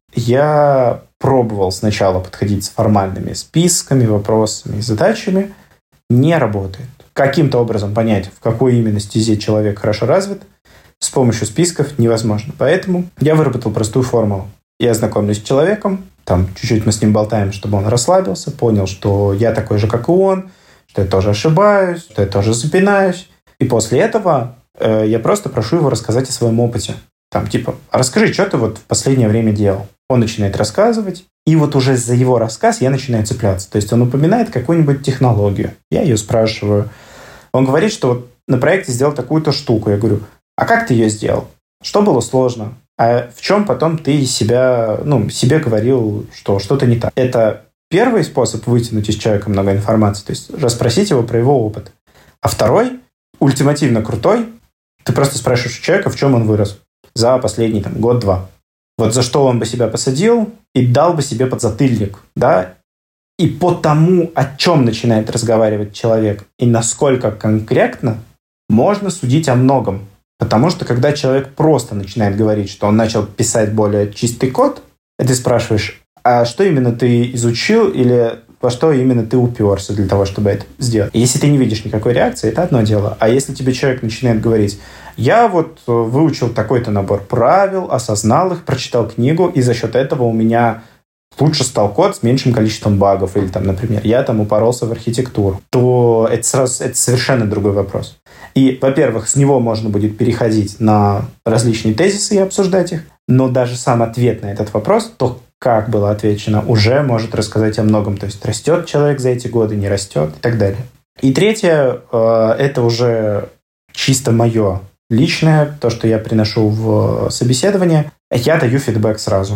Я пробовал сначала подходить с формальными списками, вопросами и задачами. Не работает. Каким-то образом понять, в какой именно стезе человек хорошо развит, с помощью списков невозможно. Поэтому я выработал простую формулу. Я знакомлюсь с человеком, там чуть-чуть мы с ним болтаем, чтобы он расслабился, понял, что я такой же, как и он, что я тоже ошибаюсь, что я тоже запинаюсь. И после этого э, я просто прошу его рассказать о своем опыте. Там, типа, расскажи, что ты вот в последнее время делал. Он начинает рассказывать, и вот уже за его рассказ я начинаю цепляться. То есть он упоминает какую-нибудь технологию. Я ее спрашиваю. Он говорит, что вот на проекте сделал такую-то штуку. Я говорю: а как ты ее сделал? Что было сложно? А в чем потом ты себя, ну, себе говорил, что что-то не так? Это первый способ вытянуть из человека много информации, то есть расспросить его про его опыт. А второй, ультимативно крутой, ты просто спрашиваешь у человека, в чем он вырос за последний там, год-два. Вот за что он бы себя посадил и дал бы себе подзатыльник, да? И по тому, о чем начинает разговаривать человек и насколько конкретно, можно судить о многом. Потому что когда человек просто начинает говорить, что он начал писать более чистый код, и ты спрашиваешь: а что именно ты изучил или во что именно ты уперся для того, чтобы это сделать? И если ты не видишь никакой реакции, это одно дело. А если тебе человек начинает говорить: я вот выучил такой-то набор правил, осознал их, прочитал книгу, и за счет этого у меня лучше стал код с меньшим количеством багов, или, там, например, я там упоролся в архитектуру, то это сразу это совершенно другой вопрос. И, во-первых, с него можно будет переходить на различные тезисы и обсуждать их, но даже сам ответ на этот вопрос, то, как было отвечено, уже может рассказать о многом. То есть растет человек за эти годы, не растет и так далее. И третье, это уже чисто мое личное, то, что я приношу в собеседование. Я даю фидбэк сразу.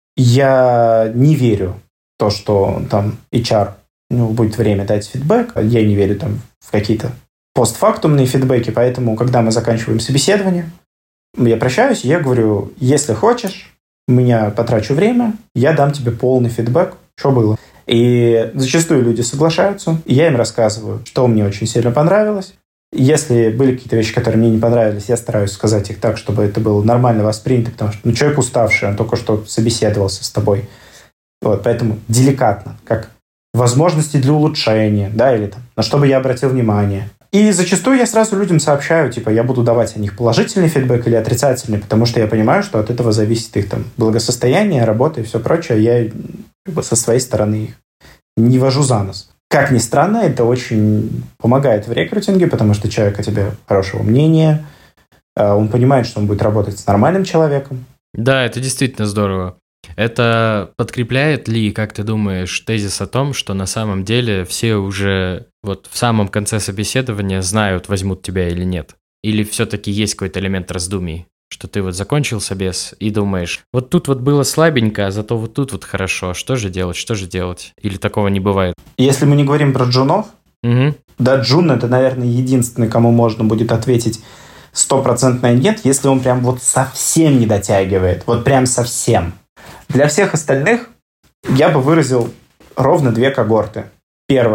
Я не верю в то, что там эйч ар, ну, будет время дать фидбэк. Я не верю там в какие-то постфактумные фидбэки, поэтому, когда мы заканчиваем собеседование, я прощаюсь, и я говорю: если хочешь, у меня потрачу время, я дам тебе полный фидбэк, что было. И зачастую люди соглашаются, и я им рассказываю, что мне очень сильно понравилось. Если были какие-то вещи, которые мне не понравились, я стараюсь сказать их так, чтобы это было нормально воспринято, потому что ну, человек уставший, он только что собеседовался с тобой. Вот, поэтому деликатно, как возможности для улучшения, да, или там, на что бы я обратил внимание. И зачастую я сразу людям сообщаю, типа, я буду давать о них положительный фидбэк или отрицательный, потому что я понимаю, что от этого зависит их там благосостояние, работа и все прочее. Я как бы, со своей стороны их не вожу за нос. Как ни странно, это очень помогает в рекрутинге, потому что человек о тебе хорошего мнения, он понимает, что он будет работать с нормальным человеком. Да, это действительно здорово. Это подкрепляет ли, как ты думаешь, тезис о том, что на самом деле все уже вот в самом конце собеседования знают, возьмут тебя или нет? Или все-таки есть какой-то элемент раздумий, что ты вот закончил собес и думаешь: вот тут вот было слабенько, а зато вот тут вот хорошо, что же делать, что же делать? Или такого не бывает? Если мы не говорим про джунов, угу. да, джун — это, наверное, единственный, кому можно будет ответить стопроцентное нет, если он прям вот совсем не дотягивает, вот прям совсем. Для всех остальных я бы выразил ровно две когорты. Первая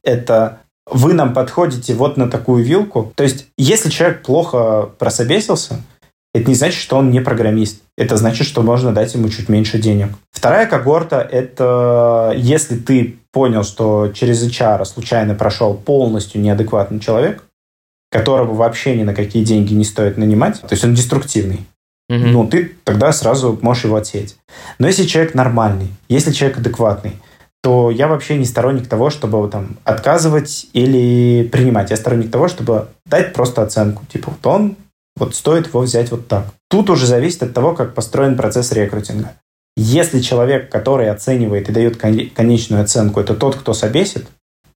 это вы нам подходите вот на такую вилку. То есть, если человек плохо прособесился, это не значит, что он не программист. Это значит, что можно дать ему чуть меньше денег. Вторая когорта – это если ты понял, что через эйч ар случайно прошел полностью неадекватный человек, которого вообще ни на какие деньги не стоит нанимать, то есть он деструктивный, mm-hmm. ну, ты тогда сразу можешь его отсеять. Но если человек нормальный, если человек адекватный, то я вообще не сторонник того, чтобы там отказывать или принимать. Я сторонник того, чтобы дать просто оценку. Типа, вот он, вот стоит его взять вот так. Тут уже зависит от того, как построен процесс рекрутинга. Если человек, который оценивает и дает конечную оценку, это тот, кто собесит,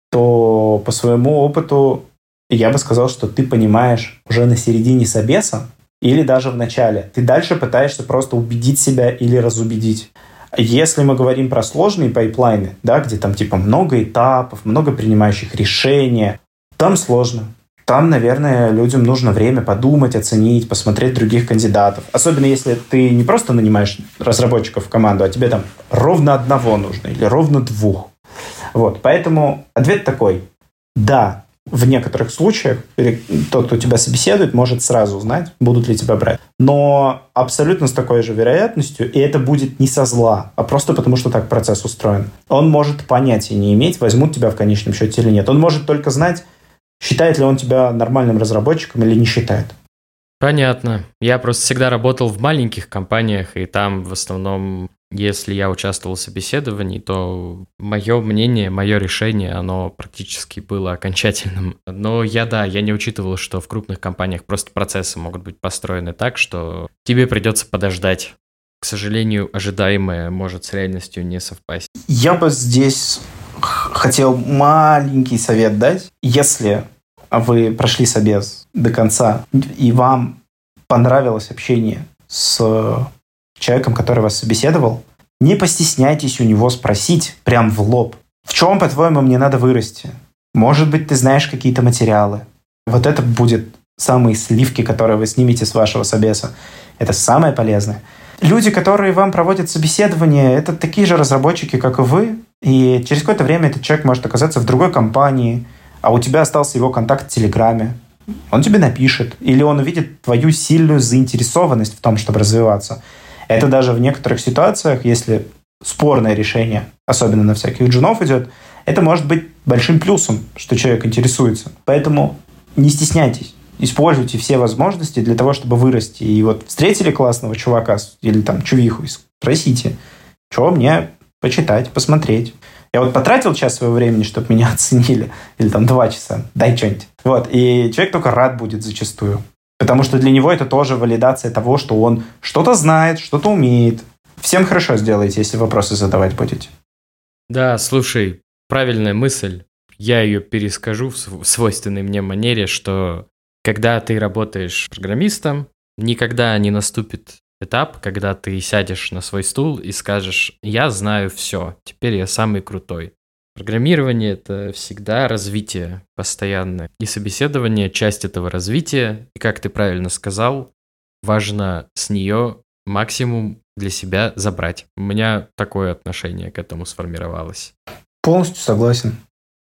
то по своему опыту я бы сказал, что ты понимаешь уже на середине собеса или даже в начале. Ты дальше пытаешься просто убедить себя или разубедить. Если мы говорим про сложные пайплайны, да, где там типа много этапов, много принимающих решения, там сложно. Там, наверное, людям нужно время подумать, оценить, посмотреть других кандидатов. Особенно если ты не просто нанимаешь разработчиков в команду, а тебе там ровно одного нужно или ровно двух. Вот. Поэтому ответ такой. Да, в некоторых случаях или тот, кто тебя собеседует, может сразу узнать, будут ли тебя брать. Но абсолютно с такой же вероятностью, и это будет не со зла, а просто потому, что так процесс устроен. Он может понятия не иметь, возьмут тебя в конечном счете или нет. Он может только знать, считает ли он тебя нормальным разработчиком или не считает. Понятно. Я просто всегда работал в маленьких компаниях, и там в основном, если я участвовал в собеседовании, то мое мнение, мое решение, оно практически было окончательным. Но я, да, я не учитывал, что в крупных компаниях просто процессы могут быть построены так, что тебе придется подождать. К сожалению, ожидаемое может с реальностью не совпасть. Я бы здесь хотел маленький совет дать. Если вы прошли собес до конца, и вам понравилось общение с человеком, который вас собеседовал, не постесняйтесь у него спросить прям в лоб. В чем, по-твоему, мне надо вырасти? Может быть, ты знаешь какие-то материалы. Вот это будет самые сливки, которые вы снимете с вашего собеса. Это самое полезное. Люди, которые вам проводят собеседование, это такие же разработчики, как и вы. И через какое-то время этот человек может оказаться в другой компании, а у тебя остался его контакт в Телеграме. Он тебе напишет. Или он увидит твою сильную заинтересованность в том, чтобы развиваться. Это даже в некоторых ситуациях, если спорное решение, особенно на всяких джунов идет, это может быть большим плюсом, что человек интересуется. Поэтому не стесняйтесь. Используйте все возможности для того, чтобы вырасти. И вот встретили классного чувака или там чувиху, спросите, что мне почитать, посмотреть. Я вот потратил час своего времени, чтобы меня оценили. Или там два часа. Дай что-нибудь. Вот. И человек только рад будет зачастую. Потому что для него это тоже валидация того, что он что-то знает, что-то умеет. Всем хорошо сделаете, если вопросы задавать будете. Да, слушай, правильная мысль. Я ее перескажу в свойственной мне манере, что когда ты работаешь программистом, никогда не наступит этап, когда ты сядешь на свой стул и скажешь: «Я знаю все, теперь я самый крутой». Программирование — это всегда развитие постоянное. И собеседование — часть этого развития. И, как ты правильно сказал, важно с нее максимум для себя забрать. У меня такое отношение к этому сформировалось. Полностью согласен.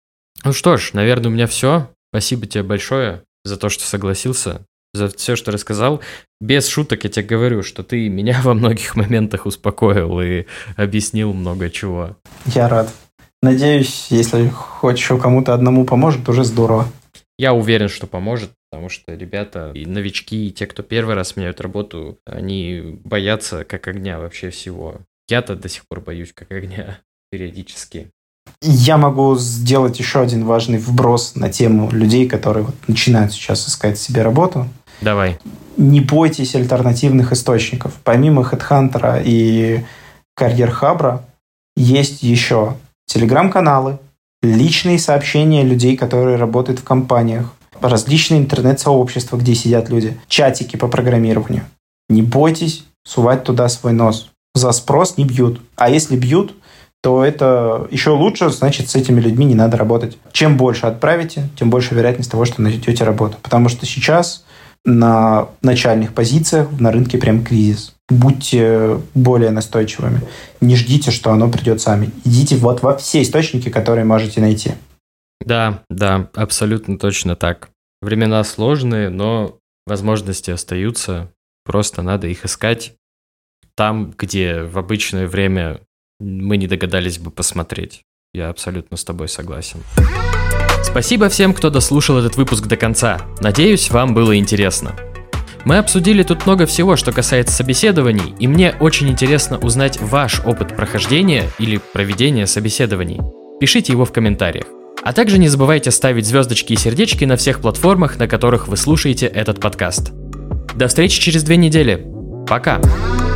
Ну что ж, наверное, у меня все. Спасибо тебе большое за то, что согласился, за все, что рассказал. Без шуток я тебе говорю, что ты меня во многих моментах успокоил и объяснил много чего. Я рад. Надеюсь, если хоть еще кому-то одному поможет, уже здорово. Я уверен, что поможет, потому что ребята, и новички, и те, кто первый раз меняют работу, они боятся как огня вообще всего. Я-то до сих пор боюсь как огня периодически. Я могу сделать еще один важный вброс на тему людей, которые вот начинают сейчас искать себе работу. Давай. Не бойтесь альтернативных источников. Помимо HeadHunter и Карьер-хабра есть еще телеграм-каналы, личные сообщения людей, которые работают в компаниях, различные интернет-сообщества, где сидят люди, чатики по программированию. Не бойтесь сувать туда свой нос. За спрос не бьют. А если бьют, то это еще лучше, значит, с этими людьми не надо работать. Чем больше отправите, тем больше вероятность того, что найдете работу. Потому что сейчас на начальных позициях на рынке прям кризис. Будьте более настойчивыми. Не ждите, что оно придет сами. Идите вот во все источники, которые можете найти. Да, да, абсолютно точно так. Времена сложные, но возможности остаются. Просто надо их искать там, где в обычное время мы не догадались бы посмотреть. Я абсолютно с тобой согласен. Спасибо всем, кто дослушал этот выпуск до конца. Надеюсь, вам было интересно. Мы обсудили тут много всего, что касается собеседований, и мне очень интересно узнать ваш опыт прохождения или проведения собеседований. Пишите его в комментариях. А также не забывайте ставить звездочки и сердечки на всех платформах, на которых вы слушаете этот подкаст. До встречи через две недели. Пока!